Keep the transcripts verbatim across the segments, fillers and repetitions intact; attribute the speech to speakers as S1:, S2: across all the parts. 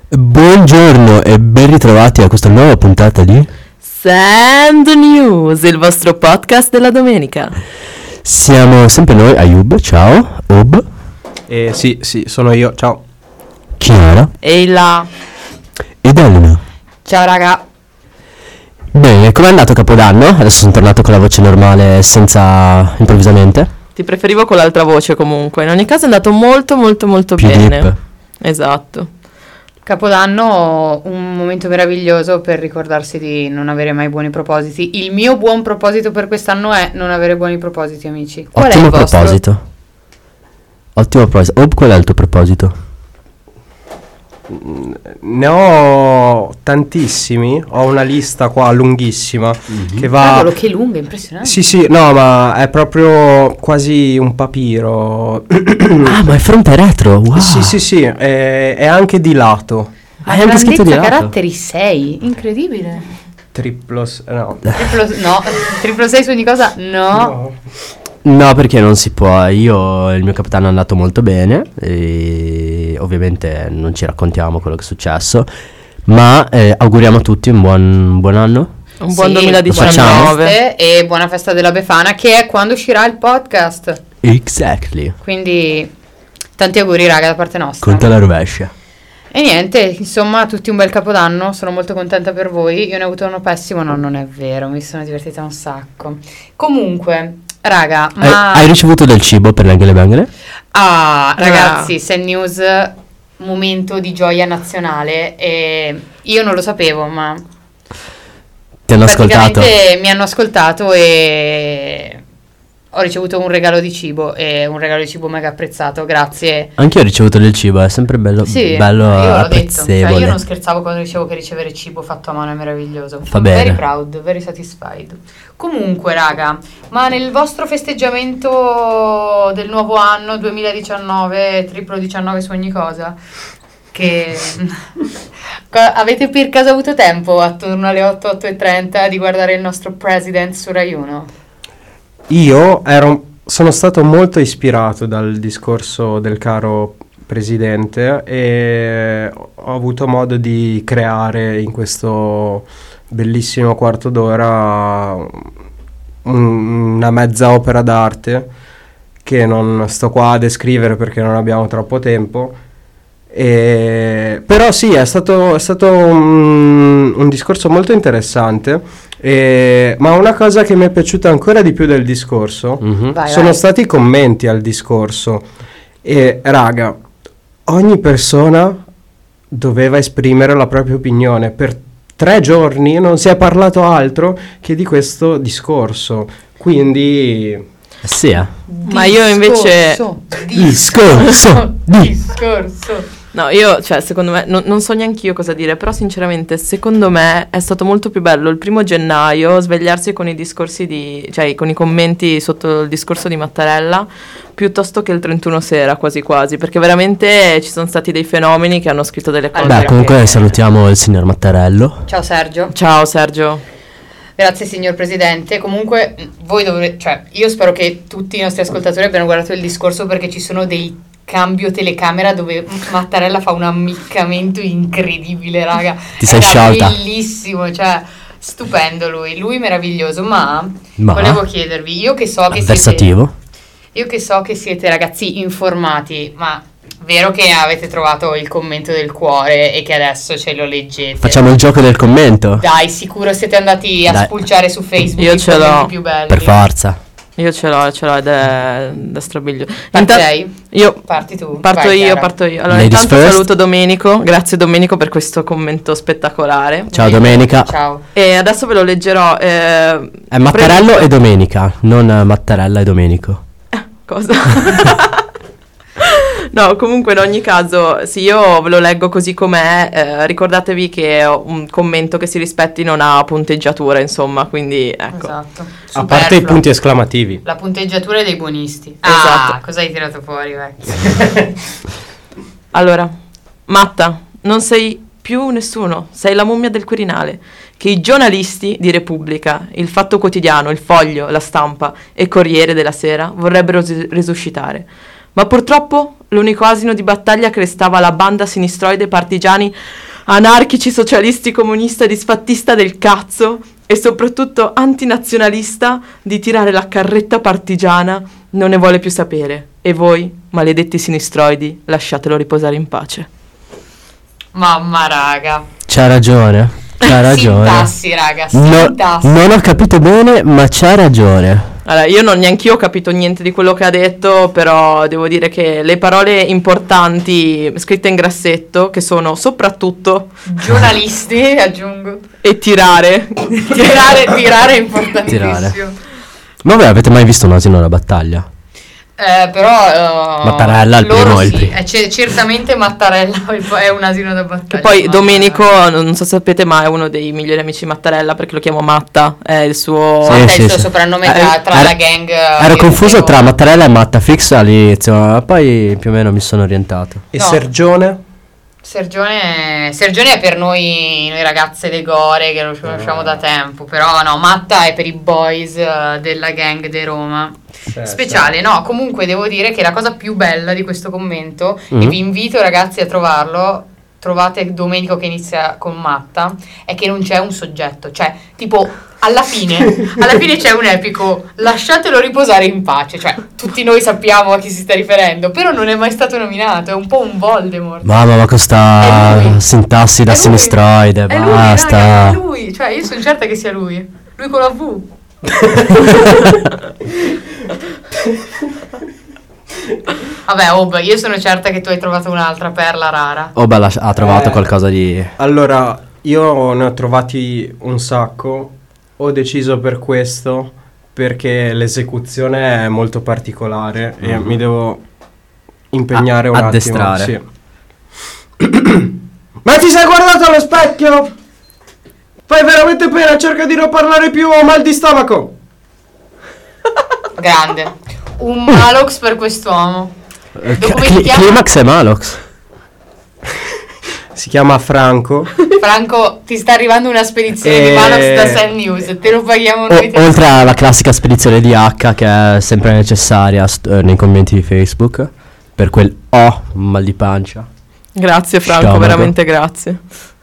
S1: Buongiorno e ben ritrovati a questa nuova puntata di
S2: Sand News, il vostro podcast della domenica.
S1: Siamo sempre noi, Ayub, ciao, Ob.
S3: Eh, sì, sì, sono io, ciao.
S1: Chiara.
S2: Ehi là.
S1: Ed Elena.
S4: Ciao raga.
S1: Bene, com'è andato Capodanno? Adesso sono tornato con la voce normale senza improvvisamente.
S2: Ti preferivo con l'altra voce comunque. In ogni caso è andato molto molto molto
S1: Più
S2: bene.
S1: deep.
S2: Esatto.
S4: Capodanno, un momento meraviglioso per ricordarsi di non avere mai buoni propositi. Il mio buon proposito per quest'anno è non avere buoni propositi, amici. Qual
S1: Ottimo
S4: è il vostro?
S1: proposito. Ottimo proposito. Ob, qual è il tuo proposito?
S3: Ne ho tantissimi, ho una lista qua lunghissima
S1: Mm-hmm.
S3: che va...
S4: Cavolo, che lunga, impressionante.
S3: Sì, sì, no, ma è proprio quasi un papiro.
S1: Ah, ma è fronte retro, wow.
S3: Sì, sì, sì, è, è anche di lato.
S4: Ma
S1: Hai anche scritto di
S4: grandezza
S1: lato?
S4: caratteri sei, incredibile.
S3: Triplo, s- no.
S4: Triplo, no, triplo sei su ogni cosa? No.
S1: No, perché non si può. Io, il mio Capodanno è andato molto bene e ovviamente non ci raccontiamo quello che è successo, ma eh, auguriamo a tutti un buon, buon anno.
S2: Un buon
S4: Sì,
S2: duemiladiciannove.
S4: buone feste e buona festa della Befana, che è quando uscirà il podcast.
S1: Exactly.
S4: Quindi tanti auguri raga da parte nostra.
S1: Conta la rovescia.
S4: E niente, insomma, tutti un bel Capodanno, sono molto contenta per voi. Io ne ho avuto uno pessimo, no, non è vero, mi sono divertita un sacco. Comunque, raga,
S1: Hai,
S4: ma
S1: hai ricevuto del cibo per le Angele Bangole?
S4: ah, ragazzi, Sand News, momento di gioia nazionale e io non lo sapevo, ma
S1: Ti hanno ascoltato?
S4: praticamente mi hanno ascoltato e ho ricevuto un regalo di cibo e un regalo di cibo mega apprezzato, grazie.
S1: Anch'io ho ricevuto del cibo, è sempre bello,
S4: Sì,
S1: bello
S4: io l'ho detto,
S1: apprezzevole.
S4: cioè io non scherzavo quando dicevo che ricevere cibo fatto a mano è meraviglioso.
S1: Fa
S4: I'm very
S1: bene.
S4: proud, very satisfied. Comunque, raga, ma nel vostro festeggiamento del nuovo anno duemiladiciannove, triplo diciannove su ogni cosa, che co- avete per caso avuto tempo attorno alle otto, otto e trenta di guardare il nostro president su Rai uno?
S3: Io ero, sono stato molto ispirato dal discorso del caro presidente e ho avuto modo di creare in questo bellissimo quarto d'ora un- una mezza opera d'arte che non sto qua a descrivere perché non abbiamo troppo tempo. E, però sì, è stato, è stato un, un discorso molto interessante, e, ma una cosa che mi è piaciuta ancora di più del discorso
S1: Mhm.
S4: Vai,
S3: sono
S4: vai.
S3: stati i commenti al discorso. E raga, ogni persona doveva esprimere la propria opinione. Per tre giorni non si è parlato altro che di questo discorso. Quindi
S1: Sì, eh.
S2: Ma io invece-
S1: Discorso di-
S4: discorso.
S2: No, io, cioè, secondo me, non, non so neanche io cosa dire, però sinceramente, secondo me è stato molto più bello il primo gennaio svegliarsi con i discorsi di, cioè con i commenti sotto il discorso di Mattarella, piuttosto che il trentuno sera, quasi quasi, perché veramente ci sono stati dei fenomeni che hanno scritto delle cose.
S4: Allora,
S1: Beh, comunque
S2: che-
S1: salutiamo il signor Mattarello.
S4: Ciao Sergio.
S2: Ciao Sergio.
S4: Grazie signor Presidente. Comunque voi dovrete, cioè io spero che tutti i nostri ascoltatori abbiano guardato il discorso perché ci sono dei cambio telecamera dove Mattarella fa un ammiccamento incredibile, raga.
S1: Ti sei
S4: Era
S1: sciolta.
S4: bellissimo, cioè stupendo lui, lui meraviglioso, ma,
S1: Ma?
S4: volevo chiedervi, io che so che siete
S1: Avversativo.
S4: io che so che siete ragazzi informati, ma vero che avete trovato il commento del cuore e che adesso ce lo leggete?
S1: Facciamo il gioco del commento.
S4: Dai, sicuro siete andati a
S1: Dai.
S4: spulciare su Facebook
S2: Io
S4: i
S2: ce
S4: commenti
S2: l'ho.
S4: più belli.
S1: Per forza.
S2: Io ce l'ho, ce l'ho ed è, ed è strabilio.
S4: Parti
S2: Inta-
S4: lei?
S2: Io
S4: Parti tu.
S2: Parto
S4: Vai,
S2: io,
S4: Chiara.
S2: parto io. Allora,
S1: Ladies
S2: intanto
S1: first.
S2: saluto Domenico. Grazie Domenico per questo commento spettacolare.
S1: Ciao Domenica.
S4: Ciao.
S2: E adesso ve lo leggerò. eh,
S1: È Mattarello
S2: previsto-
S1: e Domenica, non eh, Mattarella e Domenico.
S2: Cosa? No, comunque in ogni caso, sì, io ve lo leggo così com'è. eh, ricordatevi che un commento che si rispetti non ha punteggiatura, insomma, quindi ecco.
S4: Esatto.
S3: a parte i
S4: Superfluo.
S3: punti esclamativi.
S4: La punteggiatura dei buonisti.
S2: Esatto.
S4: Ah, cosa hai tirato fuori, vecchio?
S2: Allora, Matta, non sei più nessuno, sei la mummia del Quirinale, che i giornalisti di Repubblica, il Fatto Quotidiano, il Foglio, la Stampa e Corriere della Sera vorrebbero ris- risuscitare. Ma purtroppo l'unico asino di battaglia che restava alla banda sinistroide partigiani anarchici, socialisti, comunista, disfattista del cazzo e soprattutto antinazionalista di tirare la carretta partigiana non ne vuole più sapere. E voi, maledetti sinistroidi, lasciatelo riposare in pace.
S4: Mamma raga.
S1: C'ha ragione, c'ha ragione.
S4: Sintassi raga,
S1: No-
S4: sintassi.
S1: non ho capito bene, ma c'ha ragione.
S2: Allora, io non neanch'io ho capito niente di quello che ha detto, però devo dire che le parole importanti scritte in grassetto, che sono soprattutto
S4: Giornalisti, aggiungo.
S2: e tirare,
S4: Tirare, tirare è importantissimo.
S1: Tirare. Ma voi avete mai visto un asino da battaglia?
S4: Eh, però uh,
S1: Mattarella il
S4: loro
S1: primo, il
S4: sì,
S1: primo.
S4: eh, c- certamente Mattarella è un asino da battaglia.
S2: che poi
S4: ma-
S2: Domenico, non so se sapete, ma è uno dei migliori amici di Mattarella perché lo chiamo Matta, è il suo...
S1: Sì,
S4: Matta è
S1: sì,
S4: il suo
S1: sì.
S4: soprannome
S1: Eh,
S4: tra, tra
S1: ero-
S4: la gang. eh,
S1: Ero
S4: io
S1: confuso
S4: sapevo-
S1: tra Mattarella e Mattafix all'inizio, ma poi più o meno mi sono orientato.
S3: E
S4: No.
S3: Sergione?
S4: Sergione, Sergione è per noi, noi ragazze de Gore che lo conosciamo da tempo, però no, Matta è per i boys eh, della gang de Roma. Speciale, no, comunque devo dire che la cosa più bella di questo commento,
S1: Mm.
S4: e vi invito ragazzi a trovarlo, trovate Domenico che inizia con Matta, è che non c'è un soggetto, cioè tipo alla fine, alla fine c'è un epico, lasciatelo riposare in pace, cioè tutti noi sappiamo a chi si sta riferendo, però non è mai stato nominato, è un po' un Voldemort.
S1: Mamma, ma
S4: È
S1: questa
S4: lui.
S1: sintassi da
S4: È lui.
S1: sinistroide,
S4: È lui,
S1: basta.
S4: raga, è lui, cioè io sono certa che sia lui, lui con la V. Vabbè, Ob, io sono certa che tu hai trovato un'altra perla rara.
S1: Oh, bella, ha trovato
S3: Eh.
S1: qualcosa di...
S3: Allora, io ne ho trovati un sacco. Ho deciso per questo perché l'esecuzione è molto particolare e
S1: Mhm.
S3: mi devo impegnare
S1: A-
S3: un
S1: addestrare.
S3: attimo. Sì. Ma ti sei guardato allo specchio? Fai veramente pena, cerca di non parlare più, ho mal di stomaco.
S4: Grande. Un Malox per quest'uomo.
S1: Eh,
S4: Come
S1: Cli-
S4: si chiama?
S1: Climax e Malox.
S3: Si chiama Franco.
S4: Franco, ti sta arrivando una spedizione di
S3: Eh.
S4: Malox da Cell News, te lo paghiamo
S1: O-
S4: noi. te-
S1: oltre alla classica spedizione di H che è sempre necessaria st- eh, nei commenti di Facebook per quel oh, mal di pancia.
S2: Grazie Franco,
S1: Stomaco.
S2: veramente grazie.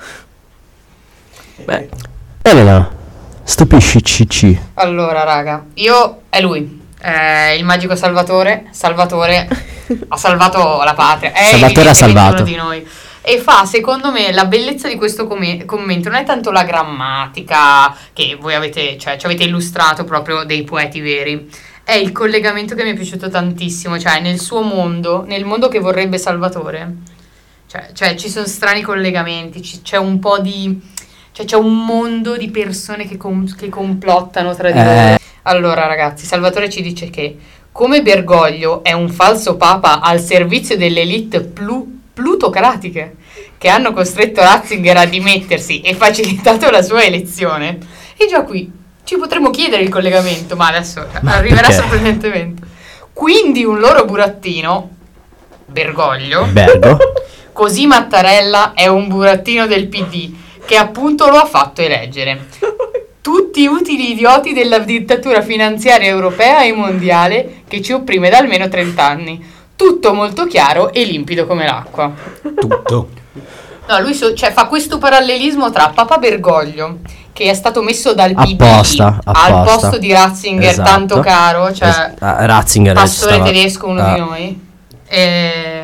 S2: Beh,
S1: Elena, stupisci C C.
S4: Allora, raga, io è lui. È il magico Salvatore. Salvatore ha salvato la patria. È
S1: Salvatore ha
S4: evidentemente
S1: salvato.
S4: uno di noi. E fa, secondo me, la bellezza di questo come- commento non è tanto la grammatica che voi avete, cioè ci avete illustrato proprio dei poeti veri. È il collegamento che mi è piaciuto tantissimo, cioè nel suo mondo, nel mondo che vorrebbe Salvatore. Cioè, cioè ci sono strani collegamenti, ci- c'è un po' di... cioè c'è un mondo di persone che, com- che complottano tra di
S1: Eh.
S4: loro. Allora ragazzi, Salvatore ci dice che come Bergoglio è un falso papa al servizio delle elite plu- plutocratiche che hanno costretto Ratzinger a dimettersi e facilitato la sua elezione, e già qui ci potremmo chiedere il collegamento, ma adesso
S1: Ma
S4: arriverà
S1: perché?
S4: sorprendentemente. Quindi un loro burattino, Bergoglio,
S1: Bergo.
S4: così Mattarella è un burattino del P D che appunto lo ha fatto eleggere. Tutti utili idioti della dittatura finanziaria europea e mondiale che ci opprime da almeno trenta anni. Tutto molto chiaro e limpido come l'acqua.
S3: Tutto.
S4: No, lui so- cioè, fa questo parallelismo tra Papa Bergoglio, che è stato messo dal P D
S1: Apposta,
S4: al
S1: apposta.
S4: posto di Ratzinger,
S1: Esatto.
S4: tanto caro, cioè
S1: Es- ah, Ratzinger
S4: pastore
S1: stava-
S4: tedesco, uno
S1: ah.
S4: di noi. E...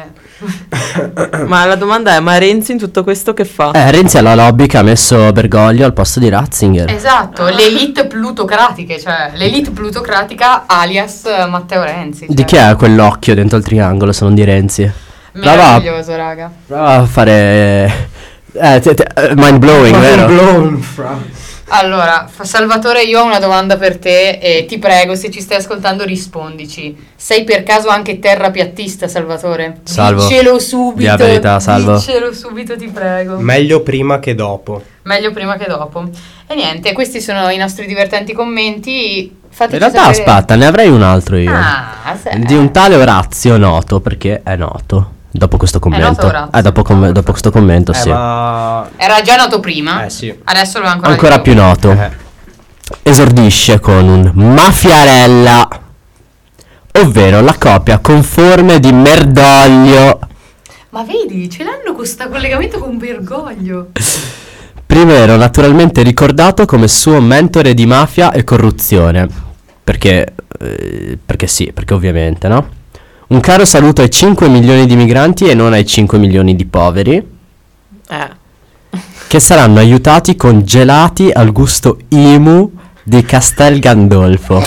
S2: ma la domanda è, ma Renzi in tutto questo che fa?
S1: Eh, Renzi ha la lobby che ha messo Bergoglio al posto di Ratzinger.
S4: Esatto, l'elite plutocratiche, cioè l'elite plutocratica alias eh, Matteo Renzi.
S1: Di
S4: cioè.
S1: chi è quell'occhio dentro il triangolo se non di Renzi? Prova,
S4: Meraviglioso, raga.
S1: prova a fare... Eh, te- te- eh, mind blowing, vero?
S3: Blown, fra.
S4: Allora, fa- Salvatore, io ho una domanda per te e ti prego, se ci stai ascoltando, rispondici. Sei per caso anche terrapiattista, Salvatore?
S1: Salvo.
S4: Diccelo subito.
S1: Di la verità, salvo.
S4: Diccelo subito, ti prego.
S3: Meglio prima che dopo.
S4: Meglio prima che dopo. E niente, questi sono i nostri divertenti commenti. Fateci
S1: In realtà,
S4: sapere-
S1: aspetta, ne avrei un altro io.
S4: Ah, sì.
S1: Di un tale Orazio noto, perché è noto. Dopo questo commento.
S4: noto Orazio?
S1: Eh, dopo, com- dopo questo commento,
S3: Eh,
S1: sì.
S3: ma...
S4: Era già noto prima.
S3: Eh, sì.
S4: Adesso lo è ancora,
S1: Ancora
S4: di
S1: più noto.
S3: Eh.
S1: Esordisce con un Mafiarella. ovvero la copia conforme di Merdoglio.
S4: Ma vedi, ce l'hanno questo collegamento con Bergoglio.
S1: Primero, naturalmente ricordato come suo mentore di mafia e corruzione. Perché, eh, perché sì, perché ovviamente, no? Un caro saluto ai cinque milioni di migranti e non ai cinque milioni di poveri.
S2: Eh.
S1: Che saranno aiutati con gelati al gusto Imu di Castel Gandolfo.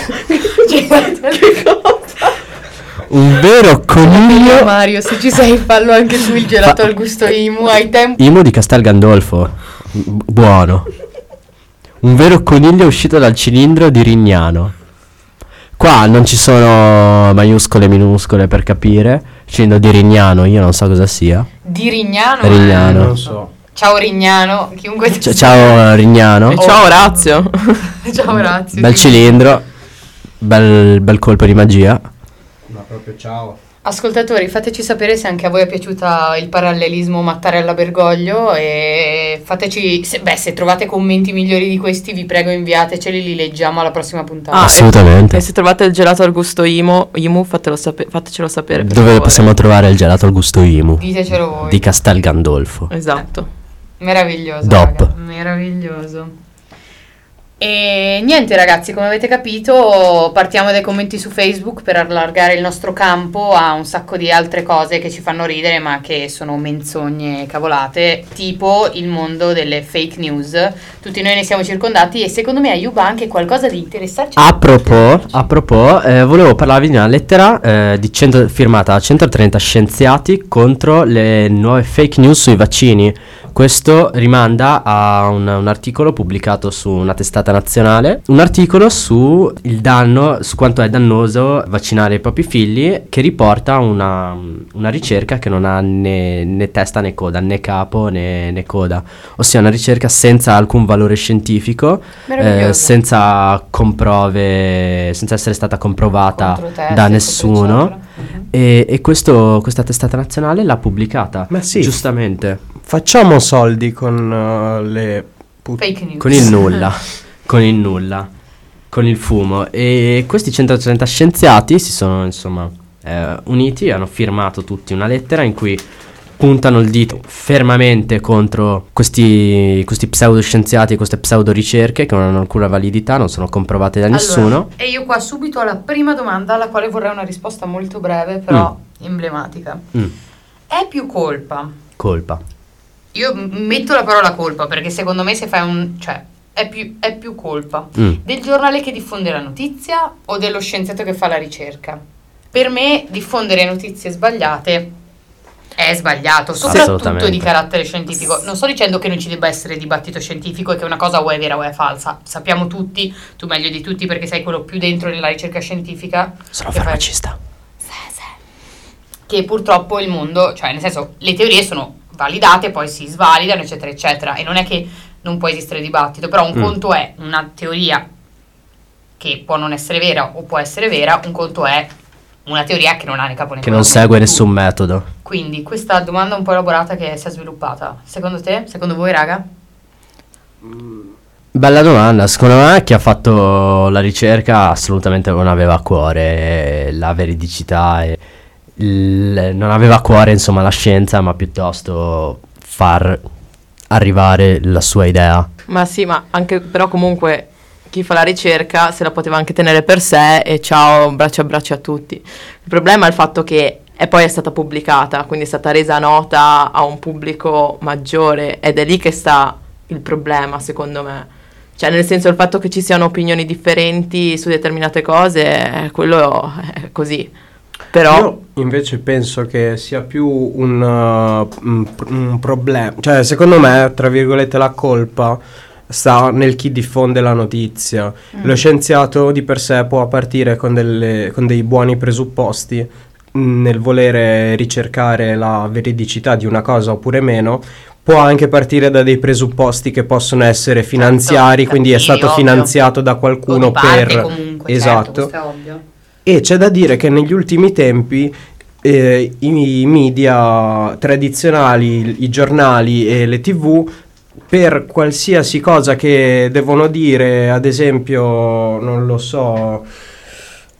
S1: Un vero coniglio.
S4: Mario, se ci sei, fallo anche tu il gelato
S1: Fa-
S4: al gusto Imu. Hai tempo.
S1: Imu di Castel Gandolfo. Bu- buono. Un vero coniglio uscito dal cilindro di Rignano. Qua non ci sono maiuscole e minuscole per capire. Cilindro di Rignano, io non so cosa sia.
S4: Di Rignano.
S1: Rignano.
S3: Non so.
S4: Ciao Rignano. Chiunque ti
S1: C- ciao Rignano.
S2: E ciao Orazio.
S4: Ciao Orazio.
S1: Bel cilindro. Bel, bel colpo di magia.
S3: Ma proprio ciao.
S4: Ascoltatori, fateci sapere se anche a voi è piaciuta il parallelismo Mattarella-Bergoglio e fateci, se, beh, se trovate commenti migliori di questi vi prego inviateceli, li leggiamo alla prossima puntata.
S2: Ah,
S1: Assolutamente.
S2: E se trovate il gelato al gusto Imu, Imu fatelo sape- fatecelo sapere. per
S1: Dove
S2: favore.
S1: possiamo trovare il gelato al gusto Imu?
S4: Ditecelo voi.
S1: Di Castel Gandolfo.
S2: Esatto.
S4: Meraviglioso.
S1: Dop.
S4: raga, Meraviglioso. E niente ragazzi, come avete capito partiamo dai commenti su Facebook per allargare il nostro campo a un sacco di altre cose che ci fanno ridere ma che sono menzogne e cavolate, tipo il mondo delle fake news. Tutti noi ne siamo circondati e secondo me aiuta anche qualcosa di interessante.
S1: A propos, a propos eh, volevo parlarvi di una lettera eh, di cento firmata da centotrenta scienziati contro le nuove fake news sui vaccini. Questo rimanda a un, un articolo pubblicato su una testata nazionale, un articolo su il danno, su quanto è dannoso vaccinare i propri figli, che riporta una, una ricerca che non ha né, né testa né coda, né capo né, né coda, ossia una ricerca senza alcun valore scientifico, eh, senza comprove, senza essere stata comprovata
S4: Controtest,
S1: da nessuno.
S4: eccetera, eccetera.
S1: E, e questo, questa testata nazionale l'ha pubblicata.
S3: Ma sì.
S1: Giustamente.
S3: Facciamo soldi con uh, le put-
S4: Fake news.
S1: Con il nulla. Con il nulla. Con il fumo. E questi centotrenta scienziati si sono insomma eh, uniti e hanno firmato tutti una lettera in cui puntano il dito fermamente contro questi, questi pseudoscienziati e queste pseudo ricerche che non hanno alcuna validità, non sono comprovate da nessuno.
S4: Allora, e io qua subito ho la prima domanda alla quale vorrei una risposta molto breve però emblematica.
S1: Mm,
S4: È più colpa?
S1: colpa.
S4: Io m- metto la parola colpa perché secondo me se fai un... cioè è più, è più colpa
S1: Mm.
S4: del giornale che diffonde la notizia o dello scienziato che fa la ricerca? Per me diffondere notizie sbagliate è sbagliato, soprattutto
S1: Assolutamente.
S4: di carattere scientifico. Non sto dicendo che non ci debba essere dibattito scientifico e che una cosa o è vera o è falsa. Sappiamo tutti, tu meglio di tutti perché sei quello più dentro nella ricerca scientifica.
S1: Sono
S4: che fai-
S1: farmacista.
S4: che purtroppo il mondo, cioè nel senso le teorie sono validate, poi si svalidano eccetera eccetera e non è che non può esistere dibattito, però un
S1: Mm.
S4: conto è una teoria che può non essere vera o può essere vera, un conto è una teoria che non ha né capo né
S1: Che non
S4: coda,
S1: segue
S4: come tu.
S1: nessun metodo.
S4: Quindi questa domanda un po' elaborata che si è sviluppata, secondo te? Secondo voi raga?
S1: Bella domanda, secondo me chi ha fatto la ricerca assolutamente non aveva a cuore la veridicità e il- non aveva a cuore insomma la scienza, ma piuttosto far arrivare la sua idea.
S2: Ma sì, ma anche però comunque chi fa la ricerca se la poteva anche tenere per sé e ciao, braccio a braccio a tutti. Il problema è il fatto che è poi è stata pubblicata, quindi è stata resa nota a un pubblico maggiore ed è lì che sta il problema, secondo me. Cioè, nel senso, il fatto che ci siano opinioni differenti su determinate cose, eh, quello è così. Però
S3: Io invece penso che sia più un, uh, un, un problema, cioè secondo me, tra virgolette, la colpa sta nel chi diffonde la notizia.
S4: Mm.
S3: Lo scienziato di per sé può partire con, delle, con dei buoni presupposti mh, nel volere ricercare la veridicità di una cosa oppure meno. Può anche partire da dei presupposti che possono essere finanziari,
S4: Certo,
S3: quindi è
S4: cattivi,
S3: stato
S4: ovvio.
S3: finanziato da
S4: O
S3: qualcuno
S4: di parte
S3: per...
S4: comunque,
S3: esatto.
S4: certo, questo è ovvio.
S3: E c'è da dire che negli ultimi tempi eh, i media tradizionali, i giornali e le tivù, per qualsiasi cosa che devono dire, ad esempio, non lo so,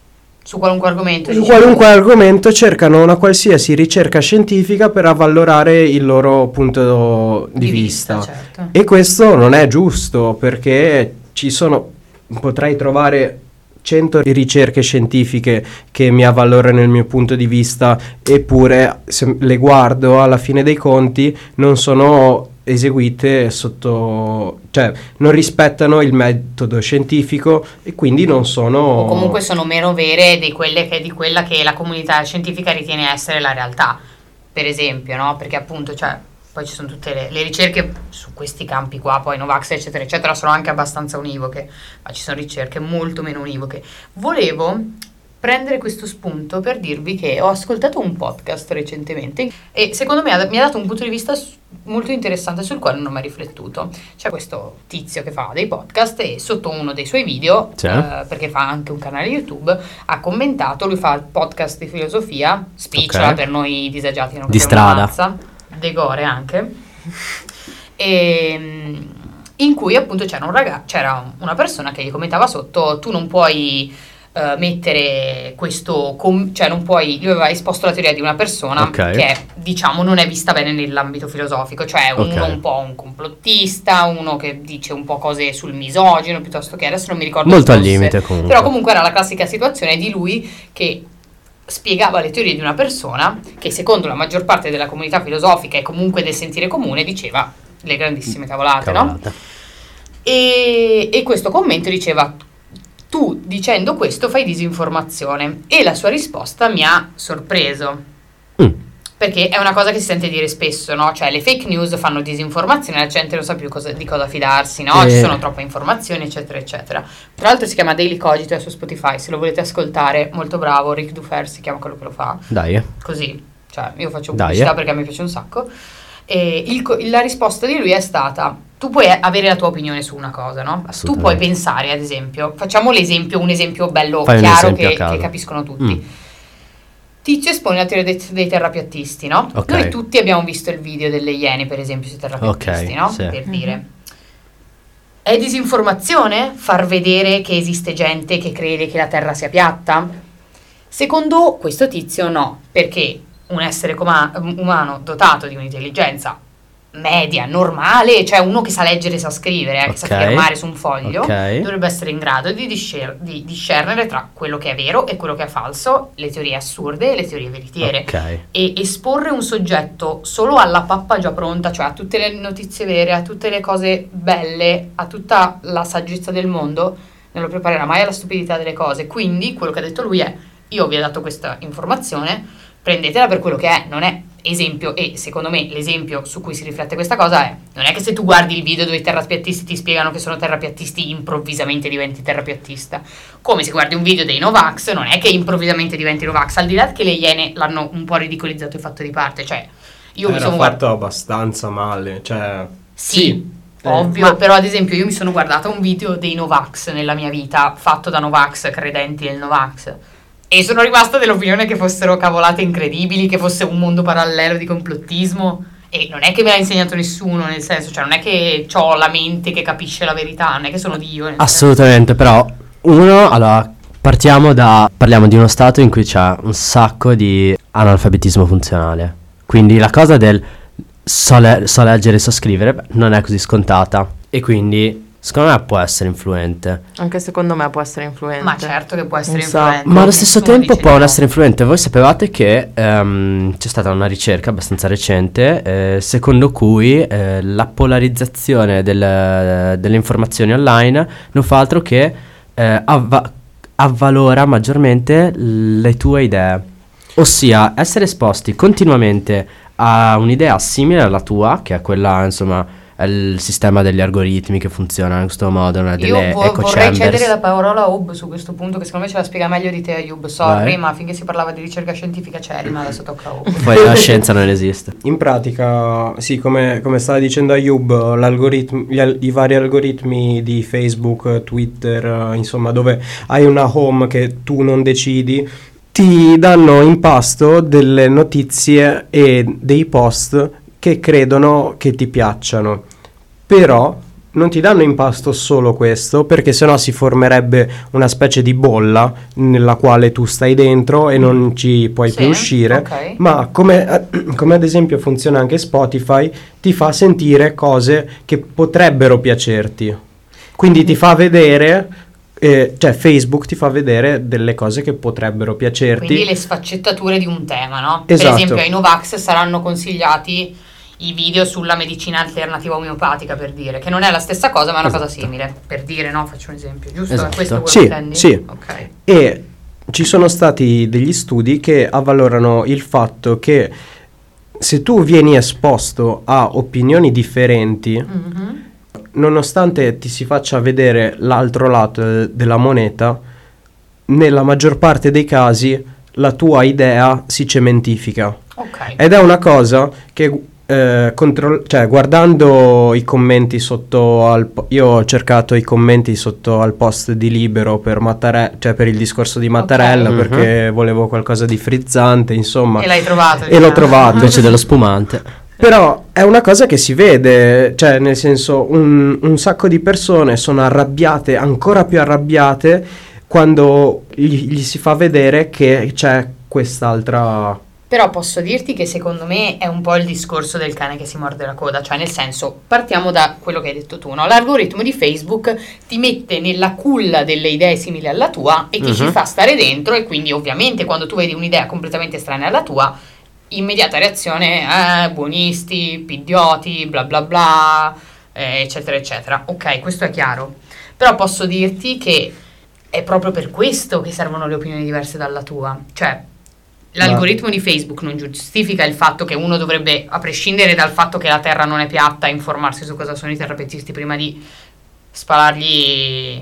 S4: Su qualunque argomento.
S3: Su
S4: diciamo.
S3: qualunque argomento cercano una qualsiasi ricerca scientifica per avvalorare il loro punto di,
S4: Di
S3: vista.
S4: vista, certo.
S3: E questo non è giusto, perché ci sono, potrei trovare cento ricerche scientifiche che mi avvalorano il mio punto di vista, eppure se le guardo alla fine dei conti non sono eseguite sotto, cioè non rispettano il metodo scientifico e quindi non sono,
S4: O comunque sono meno vere di quelle che, di quella che la comunità scientifica ritiene essere la realtà, per esempio, no? Perché appunto, cioè, poi ci sono tutte le, le ricerche su questi campi qua, poi Novax eccetera eccetera, sono anche abbastanza univoche, ma ci sono ricerche molto meno univoche. Volevo prendere questo spunto per dirvi che ho ascoltato un podcast recentemente e secondo me ha- mi ha dato un punto di vista s- molto interessante sul quale non ho mai riflettuto. C'è questo tizio che fa dei podcast e sotto uno dei suoi video,
S1: Sì.
S4: eh, perché fa anche un canale YouTube, ha commentato, lui fa il podcast di filosofia, spiccia
S1: Ok.
S4: per noi disagiati che non
S1: Di
S4: capiamo una
S1: strada.
S4: mazza, de gore anche, e, mm, in cui appunto c'era, un raga- c'era una persona che gli commentava sotto: tu non puoi eh, mettere questo, com- cioè non puoi, lui aveva esposto la teoria di una persona
S1: Ok.
S4: che diciamo non è vista bene nell'ambito filosofico, cioè uno
S1: Ok.
S4: un po' un complottista, uno che dice un po' cose sul misogino, piuttosto che, adesso non mi ricordo
S1: Molto
S4: se
S1: al
S4: fosse-
S1: limite comunque.
S4: però comunque era la classica situazione di lui che spiegava le teorie di una persona che secondo la maggior parte della comunità filosofica e comunque del sentire comune diceva le grandissime cavolate, no?
S1: Cavolata.
S4: E, e questo commento diceva: tu dicendo questo fai disinformazione. E la sua risposta mi ha sorpreso,
S1: Mm.
S4: perché è una cosa che si sente dire spesso, no? Cioè le fake news fanno disinformazione, la gente non sa più cosa- di cosa fidarsi, no?
S1: Eh.
S4: Ci sono troppe informazioni, eccetera, eccetera. Tra l'altro si chiama Daily Cogito, è su Spotify, se lo volete ascoltare, molto bravo, Rick Dufer si chiama quello che lo fa,
S1: Dai, eh.
S4: così, cioè io faccio
S1: Dai,
S4: pubblicità
S1: eh.
S4: perché a me piace un sacco. E il co- la risposta di lui è stata: tu puoi avere la tua opinione su una cosa, no? Tu
S1: Assolutamente.
S4: puoi pensare, ad esempio, facciamo l'esempio, un esempio bello
S1: Fai un
S4: chiaro
S1: esempio a
S4: che,
S1: caso.
S4: che capiscono tutti.
S1: Mm.
S4: Tizio espone la teoria dei, dei terrapiattisti, no?
S1: Ok.
S4: Noi tutti abbiamo visto il video delle Iene, per esempio, sui terrapiattisti,
S1: Ok,
S4: no?
S1: sì.
S4: Per dire. È disinformazione far vedere che esiste gente che crede che la Terra sia piatta? Secondo questo tizio no, perché un essere coma- umano dotato di un'intelligenza media, normale, cioè uno che sa leggere e sa scrivere, eh, che sa
S1: Ok.
S4: firmare su un foglio,
S1: Ok.
S4: dovrebbe essere in grado di, discer- di discernere tra quello che è vero e quello che è falso, le teorie assurde e le teorie veritiere.
S1: Ok.
S4: E esporre un soggetto solo alla pappa già pronta, cioè a tutte le notizie vere, a tutte le cose belle, a tutta la saggezza del mondo, non lo preparerà mai alla stupidità delle cose. Quindi quello che ha detto lui è: io vi ho dato questa informazione, prendetela per quello che è, non è esempio. E secondo me l'esempio su cui si riflette questa cosa è: non è che se tu guardi il video dove i terrapiattisti ti spiegano che sono terrapiattisti improvvisamente diventi terrapiattista, come se guardi un video dei Novax non è che improvvisamente diventi Novax, al di là che le Iene l'hanno un po' ridicolizzato e fatto di parte, cioè io mi
S3: Era
S4: sono
S3: fatto
S4: guardato,
S3: abbastanza male, cioè
S4: sì,
S3: Eh,
S4: ovvio,
S3: ma-
S4: però ad esempio io mi sono guardata un video dei Novax nella mia vita, fatto da Novax, credenti del Novax, e sono rimasta dell'opinione che fossero cavolate incredibili, che fosse un mondo parallelo di complottismo. E non è che me l'ha insegnato nessuno, nel senso, cioè non è che ho la mente che capisce la verità, non è che sono Dio. nel senso.
S1: Assolutamente, però uno, allora partiamo da parliamo di uno stato in cui c'è un sacco di analfabetismo funzionale. Quindi la cosa del so, le- so leggere e so scrivere beh, non è così scontata e quindi secondo me può essere influente.
S2: Anche secondo me può essere influente.
S4: Ma certo che può essere
S2: Un sacco.
S4: influente.
S1: Ma allo stesso
S4: nessuno
S1: tempo
S4: dice
S1: può
S4: di no.
S1: essere influente. Voi sapevate che ehm, c'è stata una ricerca abbastanza recente eh, secondo cui eh, la polarizzazione del- delle informazioni online non fa altro che eh, avva- avvalora maggiormente le tue idee. Ossia essere esposti continuamente a un'idea simile alla tua, che è quella, insomma, è il sistema degli algoritmi che funziona in questo modo, no? Delle
S4: Io vo-
S1: echo
S4: vorrei
S1: chambers.
S4: cedere la parola a Hub su questo punto, che secondo me ce la spiega meglio di te, Ayub. Sorry,
S1: Vai.
S4: ma finché si parlava di ricerca scientifica c'eri, ma adesso tocca a Hub.
S1: Poi la scienza non esiste.
S3: in pratica, sì, come, come stava dicendo Ayub, l'algoritm- gli al- i vari algoritmi di Facebook, Twitter, eh, insomma, dove hai una home che tu non decidi, ti danno in pasto delle notizie e dei post che credono che ti piacciono. Però non ti danno in pasto solo questo, perché sennò si formerebbe una specie di bolla nella quale tu stai dentro e non ci puoi
S4: Sì,
S3: più uscire,
S4: ok.
S3: ma come, come ad esempio funziona anche Spotify, ti fa sentire cose che potrebbero piacerti, quindi ti fa vedere, eh, cioè Facebook ti fa vedere delle cose che potrebbero piacerti.
S4: Quindi le sfaccettature di un tema, no?
S3: Esatto.
S4: Per esempio ai Novax saranno consigliati i video sulla medicina alternativa omeopatica, per dire, che non è la stessa cosa ma è una cosa
S3: Esatto.
S4: simile, per dire, no? Faccio un esempio, giusto?
S1: Esatto.
S4: È questo quello
S3: Sì,
S4: che intendi?
S3: sì.
S4: Ok.
S3: E ci sono stati degli studi che avvalorano il fatto che se tu vieni esposto a opinioni differenti,
S4: Mhm.
S3: nonostante ti si faccia vedere l'altro lato della moneta, nella maggior parte dei casi la tua idea si cementifica.
S4: Ok.
S3: Ed è una cosa che eh, control- cioè, guardando i commenti sotto al po- io ho cercato i commenti sotto al post di Libero per Mattare- cioè per il discorso di Mattarella,
S1: Ok.
S3: perché volevo qualcosa di frizzante, insomma.
S4: E l'hai trovato?
S3: E l'ho
S4: diciamo.
S3: trovato.
S1: Invece dello spumante.
S3: Però è una cosa che si vede, cioè nel senso un, un sacco di persone sono arrabbiate, ancora più arrabbiate, quando gli, gli si fa vedere che c'è quest'altra...
S4: Però posso dirti che secondo me è un po' il discorso del cane che si morde la coda, cioè nel senso, partiamo da quello che hai detto tu, no? L'algoritmo di Facebook ti mette nella culla delle idee simili alla tua e ti ci
S1: Mhm.
S4: fa stare dentro, e quindi ovviamente quando tu vedi un'idea completamente estranea alla tua, immediata reazione, eh, buonisti, pidioti, bla bla bla, eh, eccetera eccetera. Ok, questo è chiaro. Però posso dirti che è proprio per questo che servono le opinioni diverse dalla tua, cioè l'algoritmo di Facebook non giustifica il fatto che uno dovrebbe, a prescindere dal fatto che la Terra non è piatta, informarsi su cosa sono i terrapiattisti prima di sparargli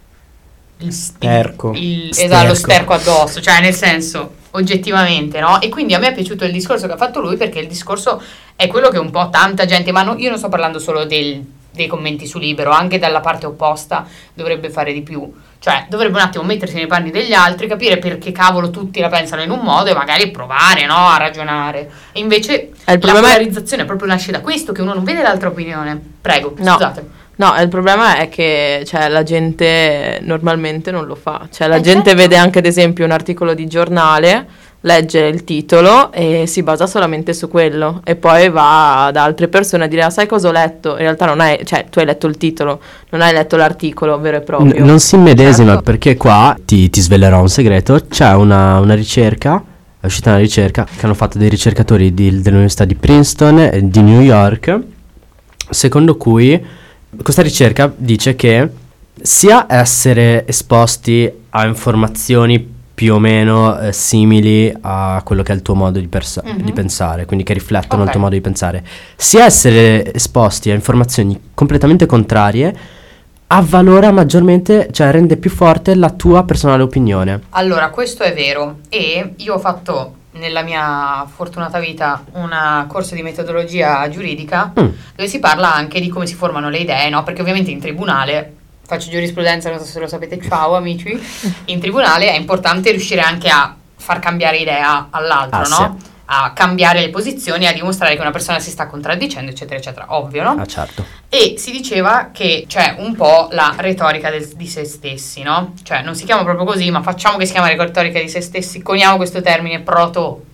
S4: il
S3: Sterco.
S4: il, il-
S1: Sterco.
S4: esatto, lo sterco addosso, cioè nel senso, oggettivamente, no? E quindi a me è piaciuto il discorso che ha fatto lui, perché il discorso è quello che un po' tanta gente, ma no- io non sto parlando solo del- dei commenti su Libero, anche dalla parte opposta dovrebbe fare di più. Cioè, dovrebbe un attimo mettersi nei panni degli altri, capire perché cavolo tutti la pensano in un modo e magari provare, no, a ragionare. E invece
S2: È il
S4: la
S2: problema è-
S4: polarizzazione proprio nasce da questo, che uno non vede l'altra opinione. Prego,
S2: No.
S4: scusate.
S2: No, il problema è che cioè, la gente normalmente non lo fa. Cioè, la
S4: Eh,
S2: gente
S4: certo.
S2: vede anche, ad esempio, un articolo di giornale, legge il titolo e si basa solamente su quello. E poi va da altre persone a dire, ah, sai cosa ho letto? In realtà non hai, cioè, tu hai letto il titolo, non hai letto l'articolo vero e proprio.
S1: N- non si immedesima,
S2: Certo.
S1: perché qua ti, ti svelerò un segreto. C'è una, una ricerca, è uscita una ricerca che hanno fatto dei ricercatori di- dell'Università di Princeton e di New York, secondo cui questa ricerca dice che sia essere esposti a informazioni più o meno eh, simili a quello che è il tuo modo di, persa-
S4: Mhm.
S1: di pensare, quindi che riflettono
S4: Ok.
S1: il tuo modo di pensare, sia essere esposti a informazioni completamente contrarie, avvalora maggiormente, cioè rende più forte la tua personale opinione.
S4: Allora, questo è vero, e io ho fatto nella mia fortunata vita una corso di metodologia giuridica
S1: Mm.
S4: dove si parla anche di come si formano le idee, no? Perché ovviamente in tribunale, faccio giurisprudenza, non so se lo sapete, ciao amici, in tribunale è importante riuscire anche a far cambiare idea all'altro,
S1: Ah,
S4: no? A cambiare le posizioni, a dimostrare che una persona si sta contraddicendo, eccetera, eccetera, ovvio, no?
S1: Ah, certo.
S4: E si diceva che c'è un po' la retorica del- di se stessi, no? Cioè non si chiama proprio così, ma facciamo che si chiama retorica di se stessi, coniamo questo termine proto,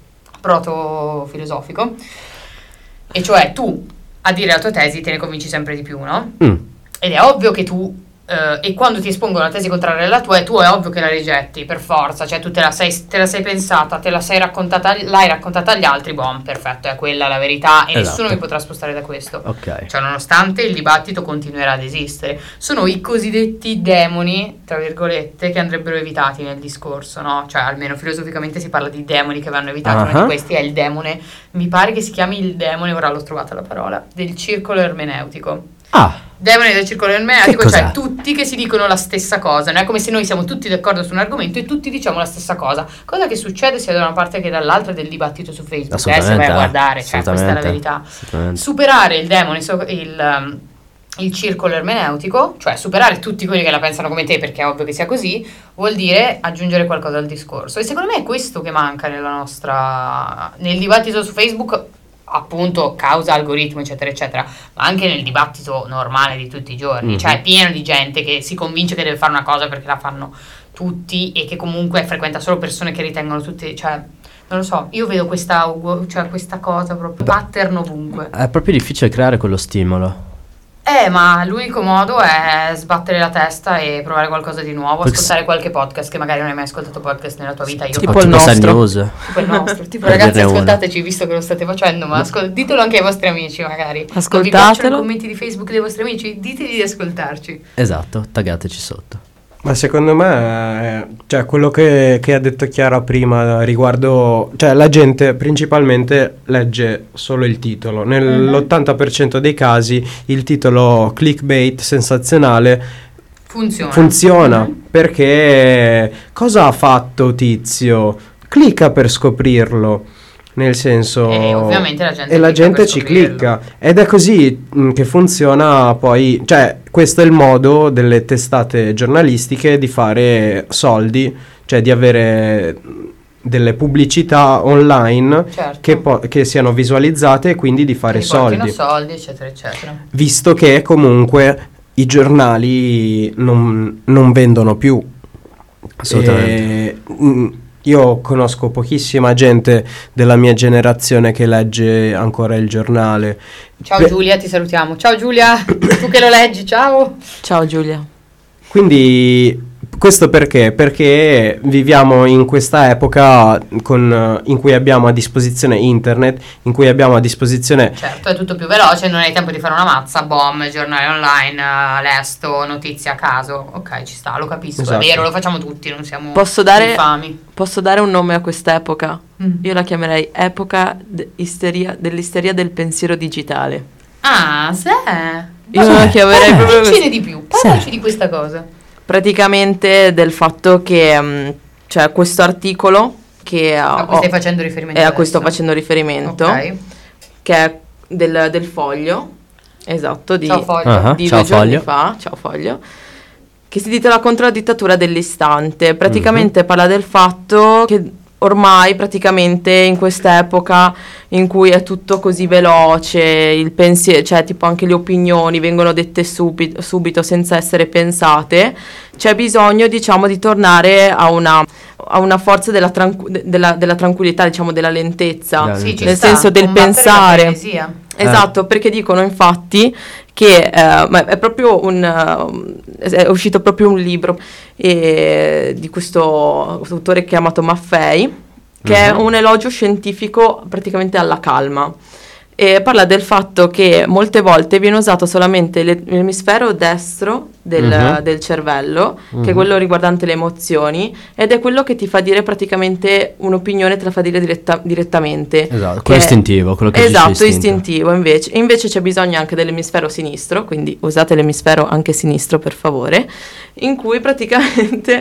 S4: proto filosofico, e cioè tu a dire la tua tesi te ne convinci sempre di più, no?
S1: Mm.
S4: Ed è ovvio che tu, eh, e quando ti espongono una tesi contraria alla tua, e tu è ovvio che la rigetti per forza, cioè tu te la sei, te la sei pensata, te la sei raccontata, l'hai raccontata agli altri, boh, perfetto, è quella la verità e
S1: Esatto.
S4: nessuno mi potrà spostare da questo.
S1: Ok.
S4: Cioè, nonostante il dibattito continuerà ad esistere, sono i cosiddetti demoni, tra virgolette, che andrebbero evitati nel discorso, no? Cioè, almeno filosoficamente si parla di demoni che vanno evitati. Uno
S1: Ah.
S4: di questi è il demone, mi pare che si chiami il demone, ora l'ho trovata la parola, del circolo ermeneutico.
S1: Ah,
S4: Demone del circolo ermeneutico,
S1: Che
S4: cioè
S1: cos'è?
S4: tutti che si dicono la stessa cosa, non è come se noi siamo tutti d'accordo su un argomento e tutti diciamo la stessa cosa, cosa che succede sia da una parte che dall'altra del dibattito su Facebook, eh, se vai
S1: assolutamente.
S4: a
S1: eh,
S4: guardare, cioè questa è la
S1: assolutamente,
S4: verità.
S1: assolutamente.
S4: Superare il demone, so- il, um, il circolo ermeneutico, cioè superare tutti quelli che la pensano come te, perché è ovvio che sia così, vuol dire aggiungere qualcosa al discorso. E secondo me è questo che manca nella nostra, nel dibattito su Facebook, appunto causa algoritmo eccetera eccetera, ma anche nel dibattito normale di tutti i giorni,
S1: Mm-hmm.
S4: cioè è pieno di gente che si convince che deve fare una cosa perché la fanno tutti e che comunque frequenta solo persone che ritengono tutti, cioè non lo so, io vedo questa, ugu- cioè questa cosa proprio pattern ovunque.
S1: È proprio difficile creare quello stimolo.
S4: Eh, ma l'unico modo è sbattere la testa e provare qualcosa di nuovo,
S1: Perché
S4: ascoltare qualche podcast che magari non hai mai ascoltato podcast nella tua vita. Io
S2: Tipo
S1: O
S2: il
S1: tipo Sad
S2: nostro.
S1: News.
S4: tipo il nostro, tipo
S1: Per
S4: ragazzi
S1: dirne una.
S4: ascoltateci visto che lo state facendo, ma ascol- ditelo anche ai vostri amici magari. Non vi
S2: Ascoltatelo.
S4: piacciono i commenti di Facebook dei vostri amici? Ditegli di ascoltarci.
S1: Esatto, taggateci sotto.
S3: Ma secondo me, eh, cioè quello che, che ha detto Chiara prima riguardo, cioè la gente principalmente legge solo il titolo. Nell'ottanta per cento dei casi il titolo clickbait sensazionale
S4: Funziona.
S3: funziona
S4: Mhm.
S3: perché cosa ha fatto Tizio? Clicca per scoprirlo. Nel senso,
S4: E ovviamente la gente
S3: e la
S4: clicca
S3: gente
S4: per
S3: ci
S4: scoprirlo.
S3: clicca ed è così mh, che funziona poi, cioè questo è il modo delle testate giornalistiche di fare soldi, cioè di avere mh, delle pubblicità online
S4: Certo.
S3: che, po- che siano visualizzate e quindi di fare
S4: Che portino
S3: soldi,
S4: soldi eccetera eccetera.
S3: visto che comunque i giornali non, non vendono più.
S1: Assolutamente.
S3: E, mh, io conosco pochissima gente della mia generazione che legge ancora il giornale.
S4: Ciao
S3: Beh,
S4: Giulia, ti salutiamo. Ciao Giulia, tu che lo leggi, ciao.
S2: Ciao Giulia.
S3: Quindi questo perché? Perché viviamo in questa epoca con, in cui abbiamo a disposizione internet, in cui abbiamo a disposizione...
S4: Certo, è tutto più veloce, non hai tempo di fare una mazza, bom, giornale online, eh, lesto, notizie a caso. Ok, ci sta, lo capisco,
S3: Esatto.
S4: è vero, lo facciamo tutti, non siamo
S2: Posso dare-
S4: infami.
S2: Posso dare un nome a quest'epoca?
S4: Mm.
S2: Io la chiamerei epoca de- isteria- dell'isteria del pensiero digitale.
S4: Ah, se
S2: Io la chiamerei proprio così.
S4: Diccene di più, parlaci di questa cosa.
S2: Praticamente del fatto che mm, c'è questo articolo che
S4: A cui
S2: ho-
S4: stai facendo riferimento
S2: è a cui sto
S4: adesso.
S2: facendo riferimento,
S4: Ok.
S2: che è del, del Foglio, esatto, di,
S4: Ciao Foglio.
S1: Ah.
S2: di
S1: Ciao,
S2: due giorni
S1: Foglio.
S2: fa, ciao Foglio, che si intitola Contro la dittatura dell'istante. Praticamente parla del fatto che ormai praticamente in quest'epoca in cui è tutto così veloce, il pensiero, cioè tipo anche le opinioni vengono dette subito, subito senza essere pensate, c'è bisogno diciamo di tornare a una, a una forza della, tranqu- de- della, della tranquillità, diciamo della lentezza,
S1: Della
S4: Sì, ci
S2: nel
S4: sta,
S2: senso del
S4: combattere la
S2: pensare.
S4: frenesia.
S2: Esatto, perché dicono infatti che eh, ma è proprio un uh, è uscito proprio un libro eh, di questo autore chiamato Maffei, che è un elogio scientifico praticamente alla calma. E parla del fatto che molte volte viene usato solamente le- l'emisfero destro del,
S1: Mhm.
S2: del cervello, che è
S1: Mhm.
S2: quello riguardante le emozioni, ed è quello che ti fa dire praticamente un'opinione, te la fa dire diretta- direttamente.
S1: Esatto,
S2: Che
S1: quello
S2: è-
S1: istintivo, quello che
S2: Esatto,
S1: dice istinto.
S2: istintivo invece. Invece c'è bisogno anche dell'emisfero sinistro, quindi usate l'emisfero anche sinistro per favore, in cui praticamente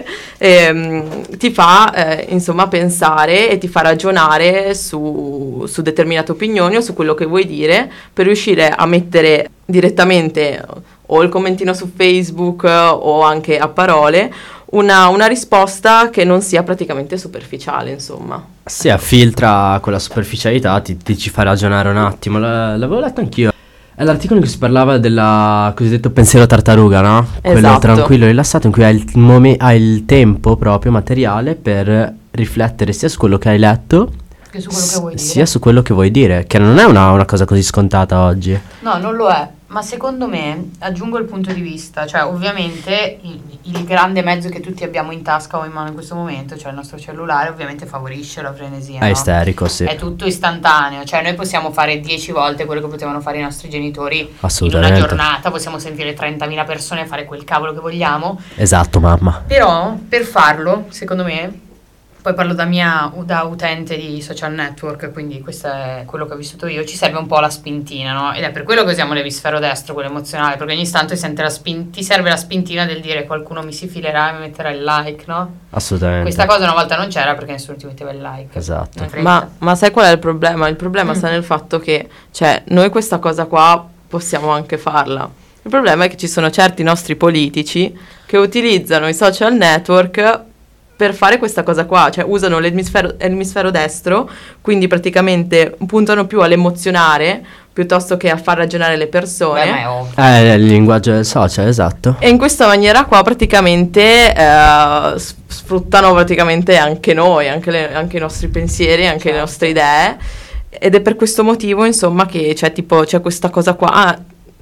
S2: ehm, ti fa eh, insomma pensare e ti fa ragionare su, su determinate opinioni o su quello che vuoi dire, per riuscire a mettere direttamente o il commentino su Facebook eh, o anche a parole una, una risposta che non sia praticamente superficiale, insomma.
S1: Si affiltra quella superficialità, ti, ti ci fa ragionare un attimo. L- l'avevo letto anch'io. È l'articolo in cui si parlava del cosiddetto pensiero tartaruga, no? Quello
S2: Esatto.
S1: tranquillo e rilassato, in cui hai il, mome- hai il tempo proprio materiale per riflettere sia su quello che hai letto,
S4: Che su quello che vuoi dire.
S1: sia su quello che vuoi dire, che non è una, una cosa così scontata oggi.
S4: No, non lo è, ma secondo me, aggiungo il punto di vista, cioè ovviamente il, il grande mezzo che tutti abbiamo in tasca o in mano in questo momento, cioè il nostro cellulare, ovviamente favorisce la frenesia,
S1: È
S4: no?
S1: isterico, sì.
S4: È tutto istantaneo, cioè noi possiamo fare dieci volte quello che potevano fare i nostri genitori in una
S1: Assolutamente.
S4: giornata, possiamo sentire trentamila persone fare quel cavolo che vogliamo,
S1: Esatto, mamma.
S4: però per farlo, secondo me, poi parlo da mia da utente di social network, quindi questo è quello che ho vissuto io, ci serve un po' la spintina, no? Ed è per quello che usiamo l'emisfero destro, quello emozionale, perché ogni istante sente la spin- ti serve la spintina del dire qualcuno mi si filerà e mi metterà il like, no?
S1: Assolutamente.
S4: Questa cosa una volta non c'era perché nessuno ti metteva il like.
S1: Esatto.
S4: Non frega.
S2: Ma, ma sai qual è il problema? Il problema
S4: Mm.
S2: sta nel fatto che, cioè, noi questa cosa qua possiamo anche farla. Il problema è che ci sono certi nostri politici che utilizzano i social network per fare questa cosa qua, cioè usano l'emisfero, l'emisfero destro, quindi praticamente puntano più all'emozionare piuttosto che a far ragionare le persone.
S4: Beh, ma è ovvio.
S1: È il linguaggio del social, esatto.
S2: E in questa maniera qua praticamente eh, s- sfruttano praticamente anche noi, anche, le- anche i nostri pensieri, anche
S4: Certo.
S2: le nostre idee, ed è per questo motivo insomma che c'è tipo c'è questa cosa qua. Ah,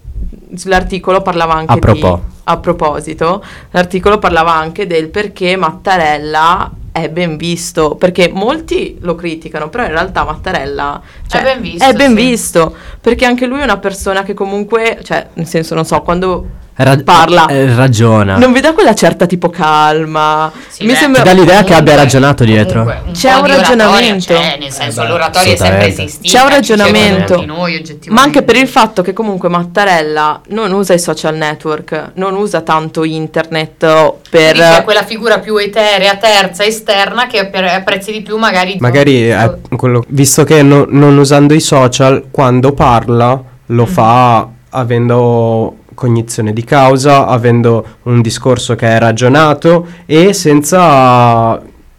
S2: l'articolo parlava anche
S1: A
S2: di
S1: propos-
S2: a proposito, l'articolo parlava anche del perché Mattarella è ben visto, perché molti lo criticano, però in realtà Mattarella, cioè,
S4: È ben visto,
S2: è ben
S4: sì.
S2: visto, perché anche lui è una persona che comunque, cioè, nel senso, non so, quando
S1: Ra-
S2: parla
S1: eh, ragiona.
S2: non vi dà quella certa tipo calma.
S4: Sì,
S2: Mi
S4: beh,
S2: sembra
S1: Ti dà l'idea che abbia
S4: comunque-
S1: ragionato dietro.
S4: comunque
S2: C'è
S4: po'
S2: un
S4: di oratoria
S2: ragionamento.
S4: c'è, nel senso,
S3: Eh beh,
S4: l'oratoria è sempre
S1: assolutamente.
S4: esistita.
S2: C'è un
S4: ci siamo
S2: ragionamento,
S4: anche noi, oggettivamente.
S2: ma anche per il fatto che comunque Mattarella non usa i social network, non usa tanto internet per...
S4: Quindi c'è quella figura più eterea, terza, esterna, che per- apprezzi di più magari...
S3: Magari è quello, visto che no- non usando i social, quando parla lo fa avendo cognizione di causa, avendo un discorso che è ragionato e senza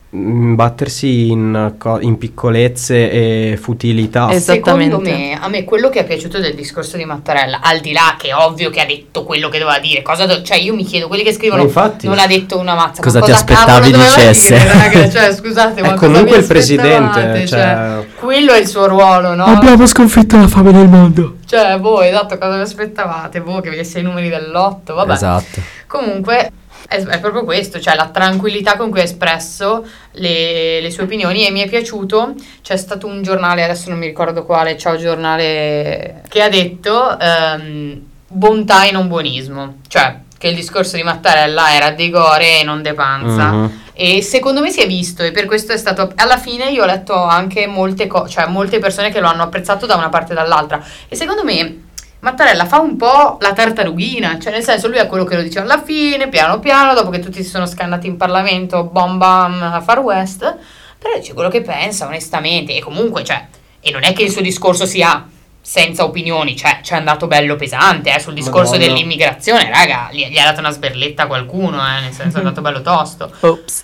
S3: imbattersi in, co- in piccolezze e futilità.
S2: Es-
S4: Secondo
S2: Esattamente.
S4: me, a me quello che è piaciuto del discorso di Mattarella, al di là che è ovvio che ha detto quello che doveva dire, cosa do- cioè io mi chiedo, quelli che scrivono
S3: Ma infatti-
S4: non ha detto una mazza,
S1: Cosa
S4: ma
S1: ti
S4: cosa
S1: aspettavi
S4: cavolo doveva
S1: dicesse?
S4: dire, raga? Cioè, scusate, ma
S3: È
S4: cosa
S3: comunque
S4: vi
S3: il presidente,
S4: aspettavate?
S3: cioè-
S4: quello è il suo ruolo, no?
S1: Abbiamo sconfitto la fame del mondo.
S4: Cioè, voi, esatto, cosa vi aspettavate? Voi che vedesse i numeri dell'otto, vabbè.
S1: Esatto.
S4: Comunque è, è proprio questo, cioè la tranquillità con cui ha espresso le, le sue opinioni, e mi è piaciuto. C'è stato un giornale, adesso non mi ricordo quale, Ciao Giornale, che ha detto ehm, bontà e non buonismo, cioè che il discorso di Mattarella era de gore e non de panza.
S3: Mhm.
S4: E secondo me si è visto, e per questo è stato, alla fine io ho letto anche molte cose, cioè molte persone che lo hanno apprezzato da una parte e dall'altra, e secondo me Mattarella fa un po' la tartarughina, cioè nel senso lui è quello che lo dice alla fine, piano piano, dopo che tutti si sono scannati in Parlamento, bom bam, a Far West, però dice quello che pensa onestamente, e comunque, cioè, e non è che il suo discorso sia senza opinioni, cioè ci è andato bello pesante eh, sul discorso
S3: Madonna.
S4: dell'immigrazione, raga, gli, gli ha dato una sberletta a qualcuno, eh, nel senso è andato bello tosto.
S2: Ops.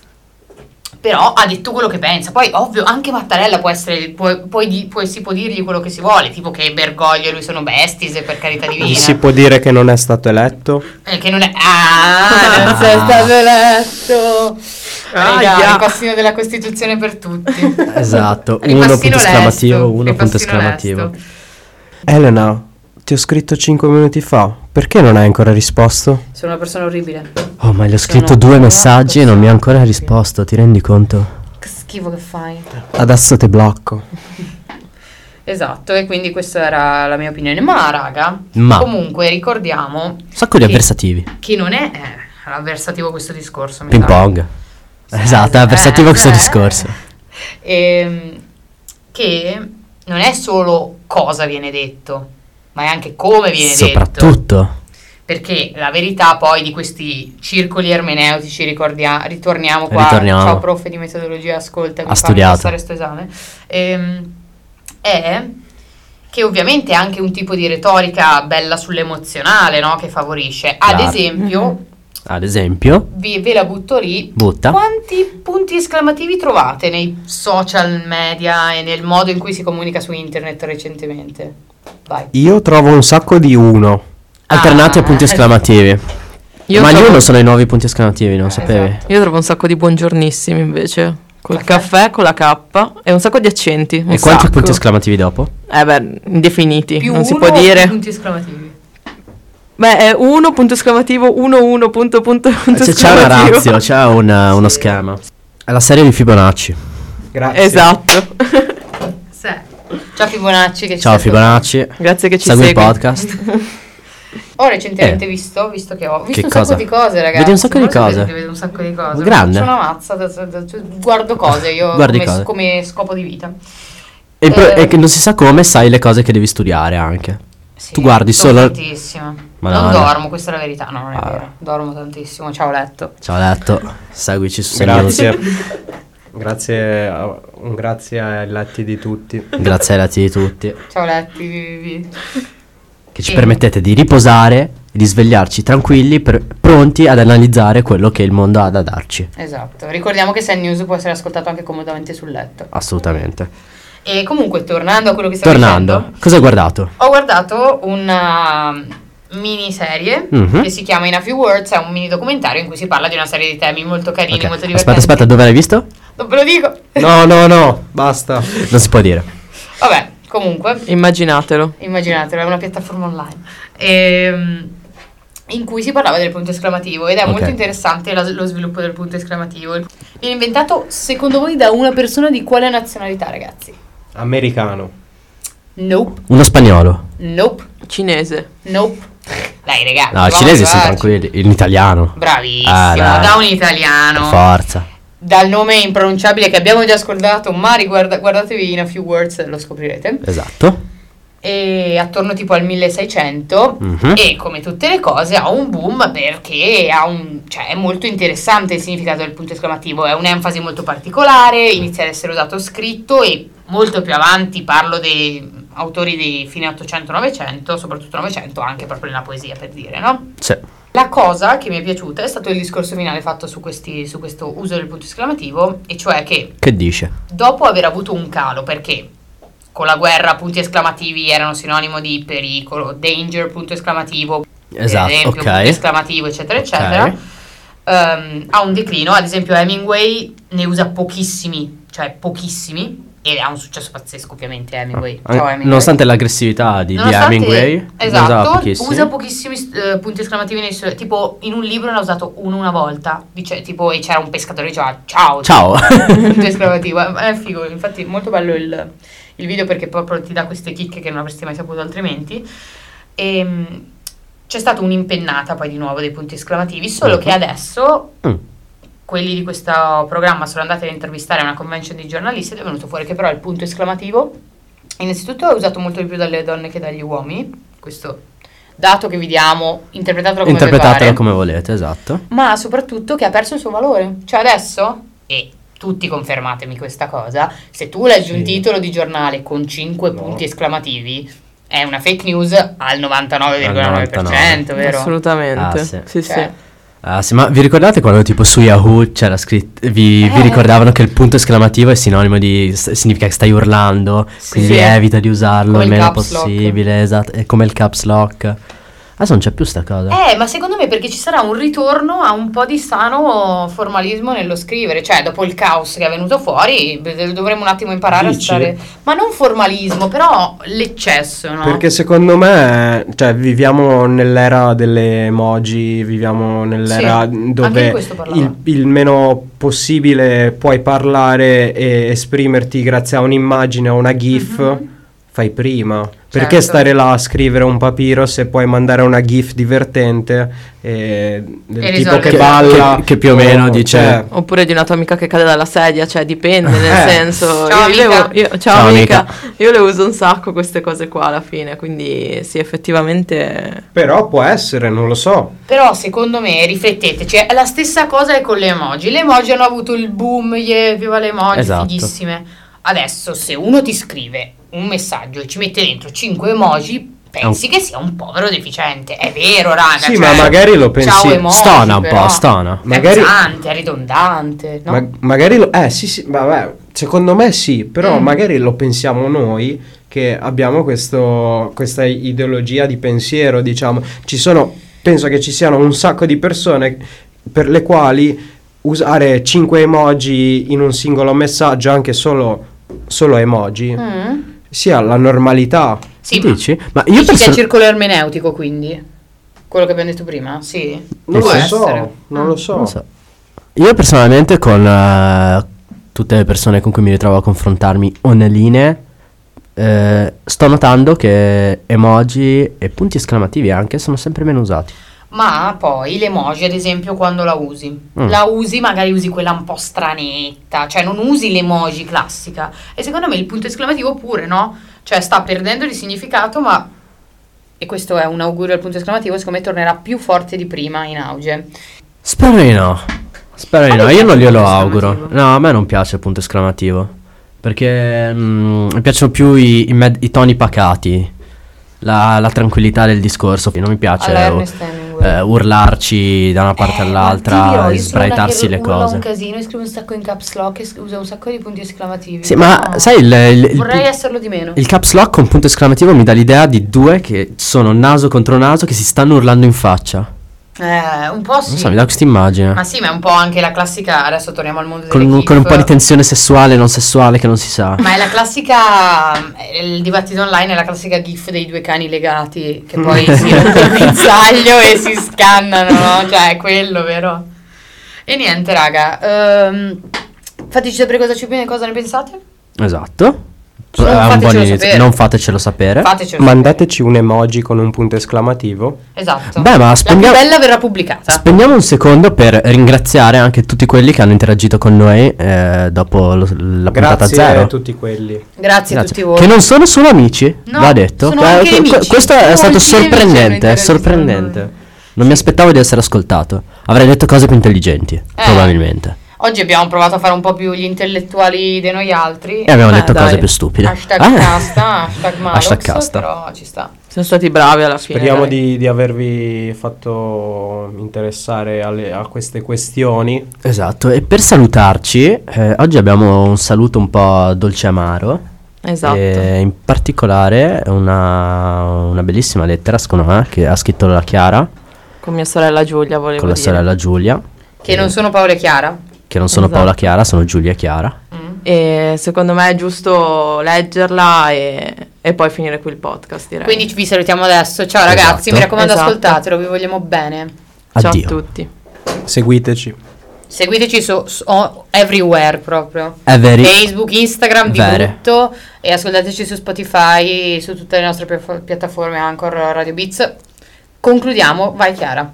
S4: Però ha detto quello che pensa. Poi, ovvio, anche Mattarella può essere. Può, puoi di- puoi- si può dirgli quello che si vuole. Tipo che Bergoglio e lui sono besties, per carità divina.
S3: Si può dire che non è stato eletto?
S4: Eh, che non è. Ah, non sei stato eletto. Raga,
S2: Aia.
S4: il passino della Costituzione per tutti.
S1: Esatto.
S4: Il
S1: Uno
S4: passino
S1: punto
S4: lesto,
S1: esclamativo, uno
S4: il
S1: punto
S4: passino
S1: esclamativo.
S4: lesto.
S3: Elena, ti ho scritto cinque minuti fa. Perché non hai ancora risposto?
S4: Sono una persona orribile.
S1: Oh, ma gli ho scritto
S4: Sono
S1: due
S4: una
S1: messaggi e non mi ha ancora
S4: persona
S1: risposto, ti rendi conto?
S4: Che schifo che fai.
S3: Adesso ti blocco.
S4: Esatto, e quindi questa era la mia opinione. Ma, raga,
S1: Ma.
S4: comunque ricordiamo
S1: Un sacco di
S4: Che-
S1: avversativi.
S4: che non è eh, avversativo questo discorso. mi
S1: Ping
S4: sa.
S1: pong. Esatto, è
S4: eh,
S1: avversativo questo
S4: eh.
S1: discorso.
S4: Ehm, che non è solo cosa viene detto, ma è anche come viene detto.
S1: Soprattutto.
S4: Perché la verità poi di questi circoli ermeneutici, ricordia- ritorniamo qua,
S1: Ritorniamo.
S4: ciao profe di metodologia, ascolta,
S1: Ha
S4: mi fa
S1: studiato.
S4: passare sto esame, ehm, è che ovviamente è anche un tipo di retorica bella sull'emozionale, no? Che favorisce. Ad
S1: Chiaro.
S4: esempio,
S1: Ad esempio,
S4: vi, ve la butto lì,
S1: butta.
S4: quanti punti esclamativi trovate nei social media e nel modo in cui si comunica su internet recentemente? Vai.
S3: Io trovo un sacco di uno.
S1: Alternati
S4: Ah,
S1: a punti
S4: eh,
S1: esclamativi.
S2: Io
S1: Ma gli
S2: trovo-
S1: uno sono i nuovi punti esclamativi, non
S4: Eh,
S1: sapevi?
S4: esatto.
S2: Io trovo un sacco di buongiornissimi invece. Col
S4: Caffè?
S2: caffè, con la K e un sacco di accenti. Un
S1: E quanti
S2: sacco.
S1: punti esclamativi dopo?
S2: Eh beh, indefiniti,
S4: Più
S2: non si
S4: uno
S2: può
S4: o
S2: dire.
S4: più punti esclamativi?
S2: Beh, è uno punto esclamativo, uno uno punto punto punto
S1: C'è, c'è una
S2: esclamativo.
S1: razio, c'è una- uno
S4: Sì.
S1: schema. È la serie di Fibonacci.
S3: Grazie.
S2: Esatto.
S4: Sì. Ciao Fibonacci che ci
S1: Ciao
S4: stai
S1: Fibonacci.
S2: Grazie che ci
S1: Segui il
S2: segui.
S1: podcast.
S4: Ho recentemente
S1: Eh.
S4: visto, visto che ho visto
S1: Che
S4: un
S1: cosa?
S4: sacco di cose, ragazzi.
S1: Vedi un sacco
S4: Non
S1: di
S4: lo sapete
S1: cose?
S4: che vedo un sacco di cose.
S1: Grande.
S4: Sono una mazza, da- da- da- guardo cose io
S1: Guardi
S4: come,
S1: cose.
S4: come scopo di vita.
S1: E il pro-
S4: Eh.
S1: è che non si sa come sai le cose che devi studiare anche.
S4: Sì,
S1: Tu guardi
S4: dormo
S1: solo-
S4: tantissimo.
S1: Madonna.
S4: Non dormo, questa è la verità. No, non è
S1: Ah.
S4: vero. Dormo tantissimo. Ciao letto.
S1: Ciao letto, seguici su Sei
S3: Grazie.
S1: News.
S3: Grazie, a- un grazie ai letti di tutti.
S1: Grazie ai lati di tutti.
S4: Ciao letti. vi- vi-
S1: Che ci
S4: E-
S1: permettete di riposare di svegliarci tranquilli, per, pronti ad analizzare quello che il mondo ha da darci.
S4: Esatto, ricordiamo che Sad News può essere ascoltato anche comodamente sul letto.
S1: Assolutamente.
S4: E comunque, tornando a quello che stavo
S1: Tornando,
S4: dicendo,
S1: cosa hai guardato?
S4: ho guardato una miniserie
S1: Mhm.
S4: che si chiama In a Few Words, è un mini documentario in cui si parla di una serie di temi molto carini,
S1: Ok.
S4: molto divertenti.
S1: Aspetta, aspetta, dove l'hai visto?
S4: Non ve lo dico.
S3: No, no, no, basta.
S1: Non si può dire.
S4: Vabbè, comunque,
S2: Immaginatelo.
S4: immaginatelo, è una piattaforma online. Ehm, in cui si parlava del punto esclamativo ed è
S1: Ok.
S4: molto interessante la- lo sviluppo del punto esclamativo. Viene inventato, secondo voi, da una persona di quale nazionalità, ragazzi?
S3: Americano.
S4: Nope,
S1: Uno spagnolo.
S4: nope,
S2: Cinese.
S4: nope. Dai, ragazzi.
S1: No, i
S4: vamos
S1: cinesi
S4: a
S1: sono
S4: provarci.
S1: tranquilli. In italiano.
S4: Bravissimo,
S1: Ah, dai.
S4: da un italiano.
S1: Per forza.
S4: Dal nome impronunciabile che abbiamo già ascoltato, ma riguarda- guardatevi In a Few Words, lo scoprirete.
S1: Esatto.
S4: E attorno tipo al milleseicento
S1: Mhm.
S4: e come tutte le cose ha un boom perché ha un, cioè, è molto interessante il significato del punto esclamativo, è un'enfasi molto particolare, inizia ad essere usato scritto e molto più avanti parlo dei autori di fine ottocento novecento, soprattutto novecento, anche proprio nella poesia, per dire, no?
S1: Sì.
S4: La cosa che mi è piaciuta è stato il discorso finale fatto su, questi, su questo uso del punto esclamativo, e cioè che
S1: Che dice?
S4: dopo aver avuto un calo, perché con la guerra punti esclamativi erano sinonimo di pericolo, danger punto esclamativo,
S1: Esatto,
S4: per esempio,
S1: ok.
S4: punto esclamativo, eccetera,
S1: Ok.
S4: eccetera, ehm, ha un declino. Ad esempio Hemingway ne usa pochissimi, cioè pochissimi, e ha un successo pazzesco ovviamente Hemingway.
S1: Ah,
S4: Ciao Hemingway.
S1: nonostante l'aggressività di, di
S4: Nonostante-
S1: Hemingway, ne usava
S4: esatto,
S1: pochissimi.
S4: usa pochissimi eh, punti esclamativi nei suoi, tipo in un libro ne ha usato uno una volta, dice, tipo, e c'era un pescatore che diceva ciao,
S1: Ciao.
S4: punto esclamativo, è è figo, infatti molto bello il, il video perché proprio ti dà queste chicche che non avresti mai saputo altrimenti. E mh, c'è stata un'impennata poi di nuovo dei punti esclamativi, solo
S1: Mhm.
S4: che adesso
S1: Mm.
S4: quelli di questo programma sono andati ad intervistare una convention di giornalisti ed è venuto fuori che però il punto esclamativo innanzitutto è usato molto di più dalle donne che dagli uomini, questo dato che vi diamo, interpretatelo come vi
S1: Interpretatelo
S4: pare,
S1: come volete, esatto.
S4: ma soprattutto che ha perso il suo valore, cioè adesso, e tutti confermatemi questa cosa, se tu leggi un
S3: Sì.
S4: titolo di giornale con cinque
S3: No.
S4: punti esclamativi è una fake news al novantanove virgola nove per cento,
S1: Al
S4: vero?
S2: Assolutamente.
S1: Ah, sì.
S2: Sì,
S4: Cioè,
S2: sì.
S1: Ah, sì, ma vi ricordate quando tipo su Yahoo c'era scritto, vi, vi
S4: Eh.
S1: ricordavano che il punto esclamativo è sinonimo di, s- significa che stai urlando,
S4: Sì.
S1: quindi
S2: Sì.
S1: evita di usarlo
S4: Come
S1: il
S4: il
S1: meno
S4: caps lock.
S1: possibile, esatto, è come il caps lock. Adesso non c'è più sta cosa.
S4: Eh, ma secondo me perché ci sarà un ritorno a un po' di sano formalismo nello scrivere, cioè dopo il caos che è venuto fuori beh, dovremmo un attimo imparare
S3: Dici?
S4: a stare, ma non formalismo, però l'eccesso, no?
S3: Perché secondo me, cioè, viviamo nell'era delle emoji, viviamo nell'era
S4: Sì, anche di
S3: dove
S4: questo parlavo.
S3: il, il meno possibile puoi parlare e esprimerti grazie a un'immagine o una GIF,
S4: Mhm.
S3: fai prima. Perché
S4: Certo.
S3: stare là a scrivere un papiro se puoi mandare una GIF divertente eh, del
S4: E
S3: tipo
S4: risolvere
S3: che
S4: il
S3: balla
S1: Che- che più o meno
S3: o-
S1: dice-
S3: cioè,
S2: Oppure di una tua amica che cade dalla sedia, cioè dipende, nel
S3: Eh.
S2: senso.
S4: Ciao,
S2: io le
S4: amica.
S2: u- io- ciao,
S1: Ciao,
S2: amica.
S1: amica.
S2: Io le uso un sacco queste cose qua alla fine, quindi sì, effettivamente.
S3: però può essere, non lo so.
S4: Però secondo me, rifletteteci, è la stessa cosa è con le emoji. Le emoji hanno avuto il boom, yeah, viva le emoji,
S1: Esatto.
S4: fighissime. Adesso se uno ti scrive un messaggio e ci mette dentro cinque emoji, pensi che sia un povero deficiente. È vero, raga.
S3: Sì,
S4: cioè,
S3: ma magari lo pensi-
S4: ciao emoji,
S1: Stona un po',
S4: però
S1: stona.
S3: Magari-
S4: È pesante, è ridondante, no?
S3: Ma- magari lo, eh sì sì, vabbè, secondo me sì, però
S4: Mm.
S3: magari lo pensiamo noi che abbiamo questo, questa ideologia di pensiero, diciamo. Ci sono, penso che ci siano un sacco di persone per le quali usare cinque emoji in un singolo messaggio, anche solo, solo emoji,
S4: Mm.
S3: sia la normalità.
S4: Sì, ma
S1: Dici? Ma io
S4: dici che è
S1: person-
S4: circolo ermeneutico, quindi? Quello che abbiamo detto prima? Sì.
S3: Non
S4: Può
S3: lo
S4: essere.
S3: so, non lo so.
S1: non so. Io personalmente con eh, tutte le persone con cui mi ritrovo a confrontarmi online, eh, sto notando che emoji e punti esclamativi anche sono sempre meno usati.
S4: Ma poi l'emoji, ad esempio, quando la usi,
S1: Mm.
S4: la usi, magari usi quella un po' stranetta, cioè non usi l'emoji classica. E secondo me il punto esclamativo pure, no? Cioè sta perdendo di significato, ma, e questo è un augurio al punto esclamativo, secondo me tornerà più forte di prima in auge.
S1: Spero di no. Spero di
S4: A me
S1: no, io
S4: piace
S1: non
S4: il
S1: glielo
S4: punto
S1: auguro.
S4: esclamativo.
S1: No, a me non piace il punto esclamativo. Perché mm, mi piacciono più i, i med- i toni pacati. la, la tranquillità del discorso. Non mi piace
S4: Alla
S1: uh,
S4: Ernest Hemingway.
S1: eh, urlarci da una parte
S4: Eh,
S1: all'altra,
S4: ma ti dirò, io sono
S1: sbraitarsi
S4: una
S1: le
S4: che urla
S1: cose.
S4: un casino, scrivo un sacco in caps lock e sc- uso un sacco di punti esclamativi.
S1: Sì, ma
S4: No,
S1: sai, il, il- il-
S4: vorrei esserlo di meno.
S1: il caps lock con punto esclamativo mi dà l'idea di due che sono naso contro naso che si stanno urlando in faccia.
S4: Eh, un po' sì.
S1: Non so, mi dà questa immagine.
S4: Ma sì, ma è un po' anche la classica. Adesso torniamo al mondo
S1: Con,
S4: delle
S1: un-
S4: gif.
S1: con un po' di tensione sessuale, non sessuale, che non si sa.
S4: Ma è la classica. Il dibattito online è la classica gif dei due cani legati che poi si rompe il guinzaglio e si scannano, no? Cioè, è quello, vero? E niente, raga. ehm, fateci sapere cosa, ci, cosa ne pensate.
S1: Esatto.
S4: Non
S1: È un
S4: fatecelo
S1: buon inizio.
S4: sapere.
S1: Non fatecelo sapere.
S4: Fatecelo
S3: Mandateci un emoji con un punto esclamativo.
S4: sapere. Esatto.
S1: Beh, ma
S4: La
S1: spendiamo,
S4: più bella verrà pubblicata.
S1: spendiamo un secondo per ringraziare anche tutti quelli che hanno interagito con noi eh, dopo lo- la puntata
S3: Grazie
S1: zero.
S3: a tutti quelli.
S4: Grazie, a tutti voi.
S1: Che non sono solo amici,
S4: No,
S1: va detto.
S4: sono
S1: Eh,
S4: anche
S1: que-
S4: nemici.
S1: questo è stato
S4: Molti nemici hanno
S1: sorprendente,
S4: interagito con
S1: sorprendente.
S4: noi.
S1: Non mi aspettavo di essere ascoltato. Avrei detto cose più intelligenti,
S4: Eh.
S1: probabilmente.
S4: Oggi abbiamo provato a fare un po' più gli intellettuali di noi altri.
S1: E abbiamo
S2: Beh,
S1: detto
S2: dai.
S1: cose più stupide.
S4: Hashtag
S1: Ah.
S4: casta, hashtag Malox,
S1: Hashtag casta.
S4: però ci sta.
S2: Siamo stati bravi alla fine.
S3: Speriamo
S2: dai.
S3: di, di avervi fatto interessare alle- a queste questioni.
S1: Esatto, e per salutarci, eh, oggi abbiamo un saluto un po' dolce amaro.
S2: Esatto.
S1: E in particolare una, una bellissima lettera, secondo me, che ha scritto la Chiara
S2: Con mia sorella Giulia volevo
S1: con la
S2: dire.
S1: sorella Giulia,
S4: Che non sono Paola e Chiara.
S1: che non sono
S2: Esatto.
S1: Paola Chiara, sono Giulia e Chiara.
S4: Mm.
S2: E secondo me è giusto leggerla e, e poi finire qui il podcast, direi.
S4: Quindi vi salutiamo adesso. Ciao ragazzi,
S1: Esatto.
S4: mi raccomando
S2: Esatto.
S4: ascoltatelo, vi vogliamo bene.
S2: Ciao
S1: Addio.
S2: a tutti.
S3: Seguiteci.
S4: Seguiteci su, su oh, everywhere proprio.
S1: È veri.
S4: Facebook, Instagram, di
S1: Vere.
S4: brutto. E ascoltateci su Spotify, su tutte le nostre pia- piattaforme, Anchor, Radio Beats. Concludiamo, vai Chiara.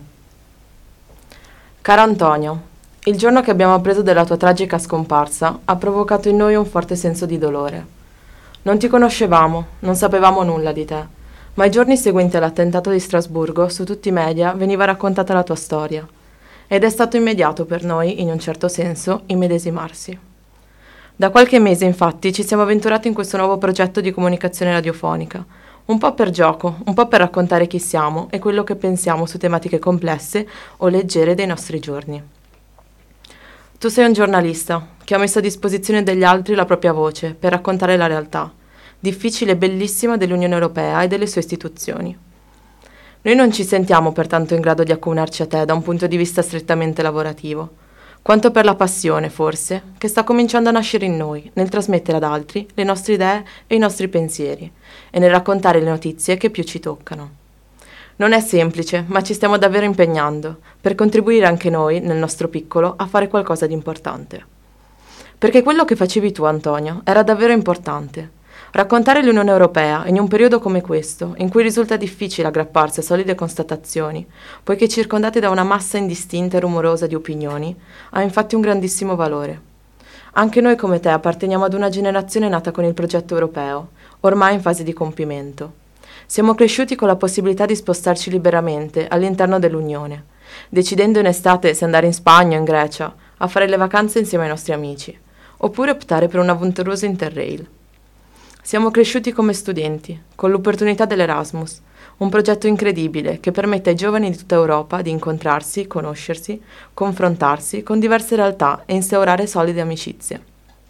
S2: Caro Antonio, il giorno che abbiamo appreso della tua tragica scomparsa ha provocato in noi un forte senso di dolore. Non ti conoscevamo, non sapevamo nulla di te, ma i giorni seguenti all'attentato di Strasburgo su tutti i media veniva raccontata la tua storia ed è stato immediato per noi, in un certo senso, immedesimarsi. Da qualche mese infatti ci siamo avventurati in questo nuovo progetto di comunicazione radiofonica, un po' per gioco, un po' per raccontare chi siamo e quello che pensiamo su tematiche complesse o leggere dei nostri giorni. Tu sei un giornalista che ha messo a disposizione degli altri la propria voce per raccontare la realtà, difficile e bellissima dell'Unione Europea e delle sue istituzioni. Noi non ci sentiamo pertanto in grado di accomunarci a te da un punto di vista strettamente lavorativo, quanto per la passione, forse, che sta cominciando a nascere in noi nel trasmettere ad altri le nostre idee e i nostri pensieri e nel raccontare le notizie che più ci toccano. Non è semplice, ma ci stiamo davvero impegnando per contribuire anche noi, nel nostro piccolo, a fare qualcosa di importante. Perché quello che facevi tu, Antonio, era davvero importante. Raccontare l'Unione Europea in un periodo come questo, in cui risulta difficile aggrapparsi a solide constatazioni, poiché circondati da una massa indistinta e rumorosa di opinioni, ha infatti un grandissimo valore. Anche noi come te apparteniamo ad una generazione nata con il progetto europeo, ormai in fase di compimento. Siamo cresciuti con la possibilità di spostarci liberamente all'interno dell'Unione, decidendo in estate se andare in Spagna o in Grecia, a fare le vacanze insieme ai nostri amici, oppure optare per un avventuroso Interrail. Siamo cresciuti come studenti, con l'opportunità dell'Erasmus, un progetto incredibile che permette ai giovani di tutta Europa di incontrarsi, conoscersi, confrontarsi con diverse realtà e instaurare solide amicizie.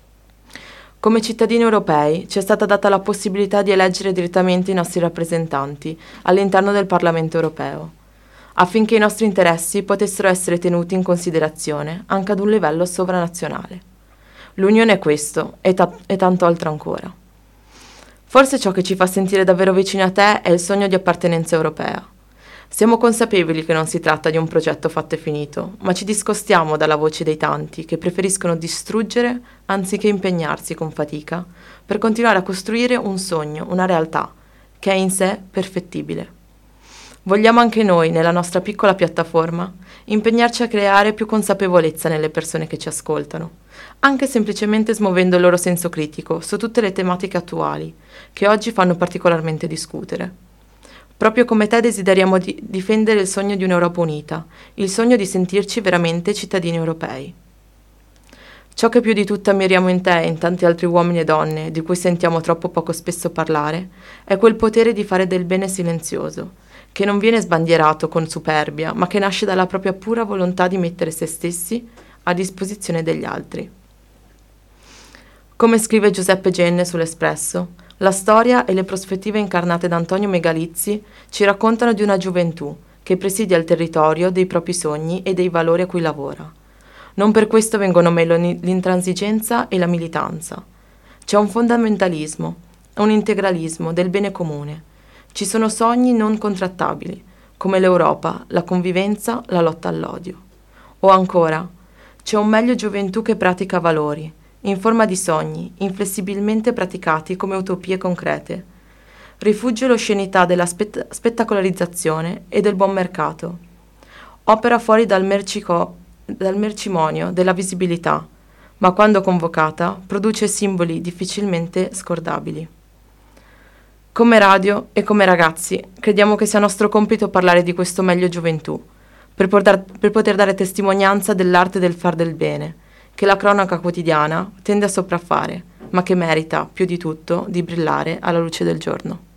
S2: Come cittadini europei ci è stata data la possibilità di eleggere direttamente i nostri rappresentanti all'interno del Parlamento europeo, affinché i nostri interessi potessero essere tenuti in considerazione anche ad un livello sovranazionale. L'Unione è questo e, ta- e tanto altro ancora. Forse ciò che ci fa sentire davvero vicini a te è il sogno di appartenenza europea. Siamo consapevoli che non si tratta di un progetto fatto e finito, ma ci discostiamo dalla voce dei tanti che preferiscono distruggere anziché impegnarsi con fatica per continuare a costruire un sogno, una realtà, che è in sé perfettibile. Vogliamo anche noi, nella nostra piccola piattaforma, impegnarci a creare più consapevolezza nelle persone che ci ascoltano, anche semplicemente smuovendo il loro senso critico su tutte le tematiche attuali, che oggi fanno particolarmente discutere. Proprio come te desideriamo di difendere il sogno di un'Europa unita, il sogno di sentirci veramente cittadini europei. Ciò che più di tutto ammiriamo in te e in tanti altri uomini e donne, di cui sentiamo troppo poco spesso parlare, è quel potere di fare del bene silenzioso, che non viene sbandierato con superbia, ma che nasce dalla propria pura volontà di mettere se stessi a disposizione degli altri. Come scrive Giuseppe Genne sull'Espresso, la storia e le prospettive incarnate da Antonio Megalizzi ci raccontano di una gioventù che presidia il territorio dei propri sogni e dei valori a cui lavora. Non per questo vengono meno l'intransigenza e la militanza. C'è un fondamentalismo, un integralismo del bene comune. Ci sono sogni non contrattabili, come l'Europa, la convivenza, la lotta all'odio. O ancora, c'è un meglio gioventù che pratica valori, in forma di sogni, inflessibilmente praticati come utopie concrete. Rifugge l'oscenità della spett- spettacolarizzazione e del buon mercato. Opera fuori dal, mercico- dal mercimonio della visibilità, ma quando convocata produce simboli difficilmente scordabili. Come radio e come ragazzi, crediamo che sia nostro compito parlare di questo meglio gioventù, per, portar- per poter dare testimonianza dell'arte del far del bene, che la cronaca quotidiana tende a sopraffare, ma che merita, più di tutto, di brillare alla luce del giorno.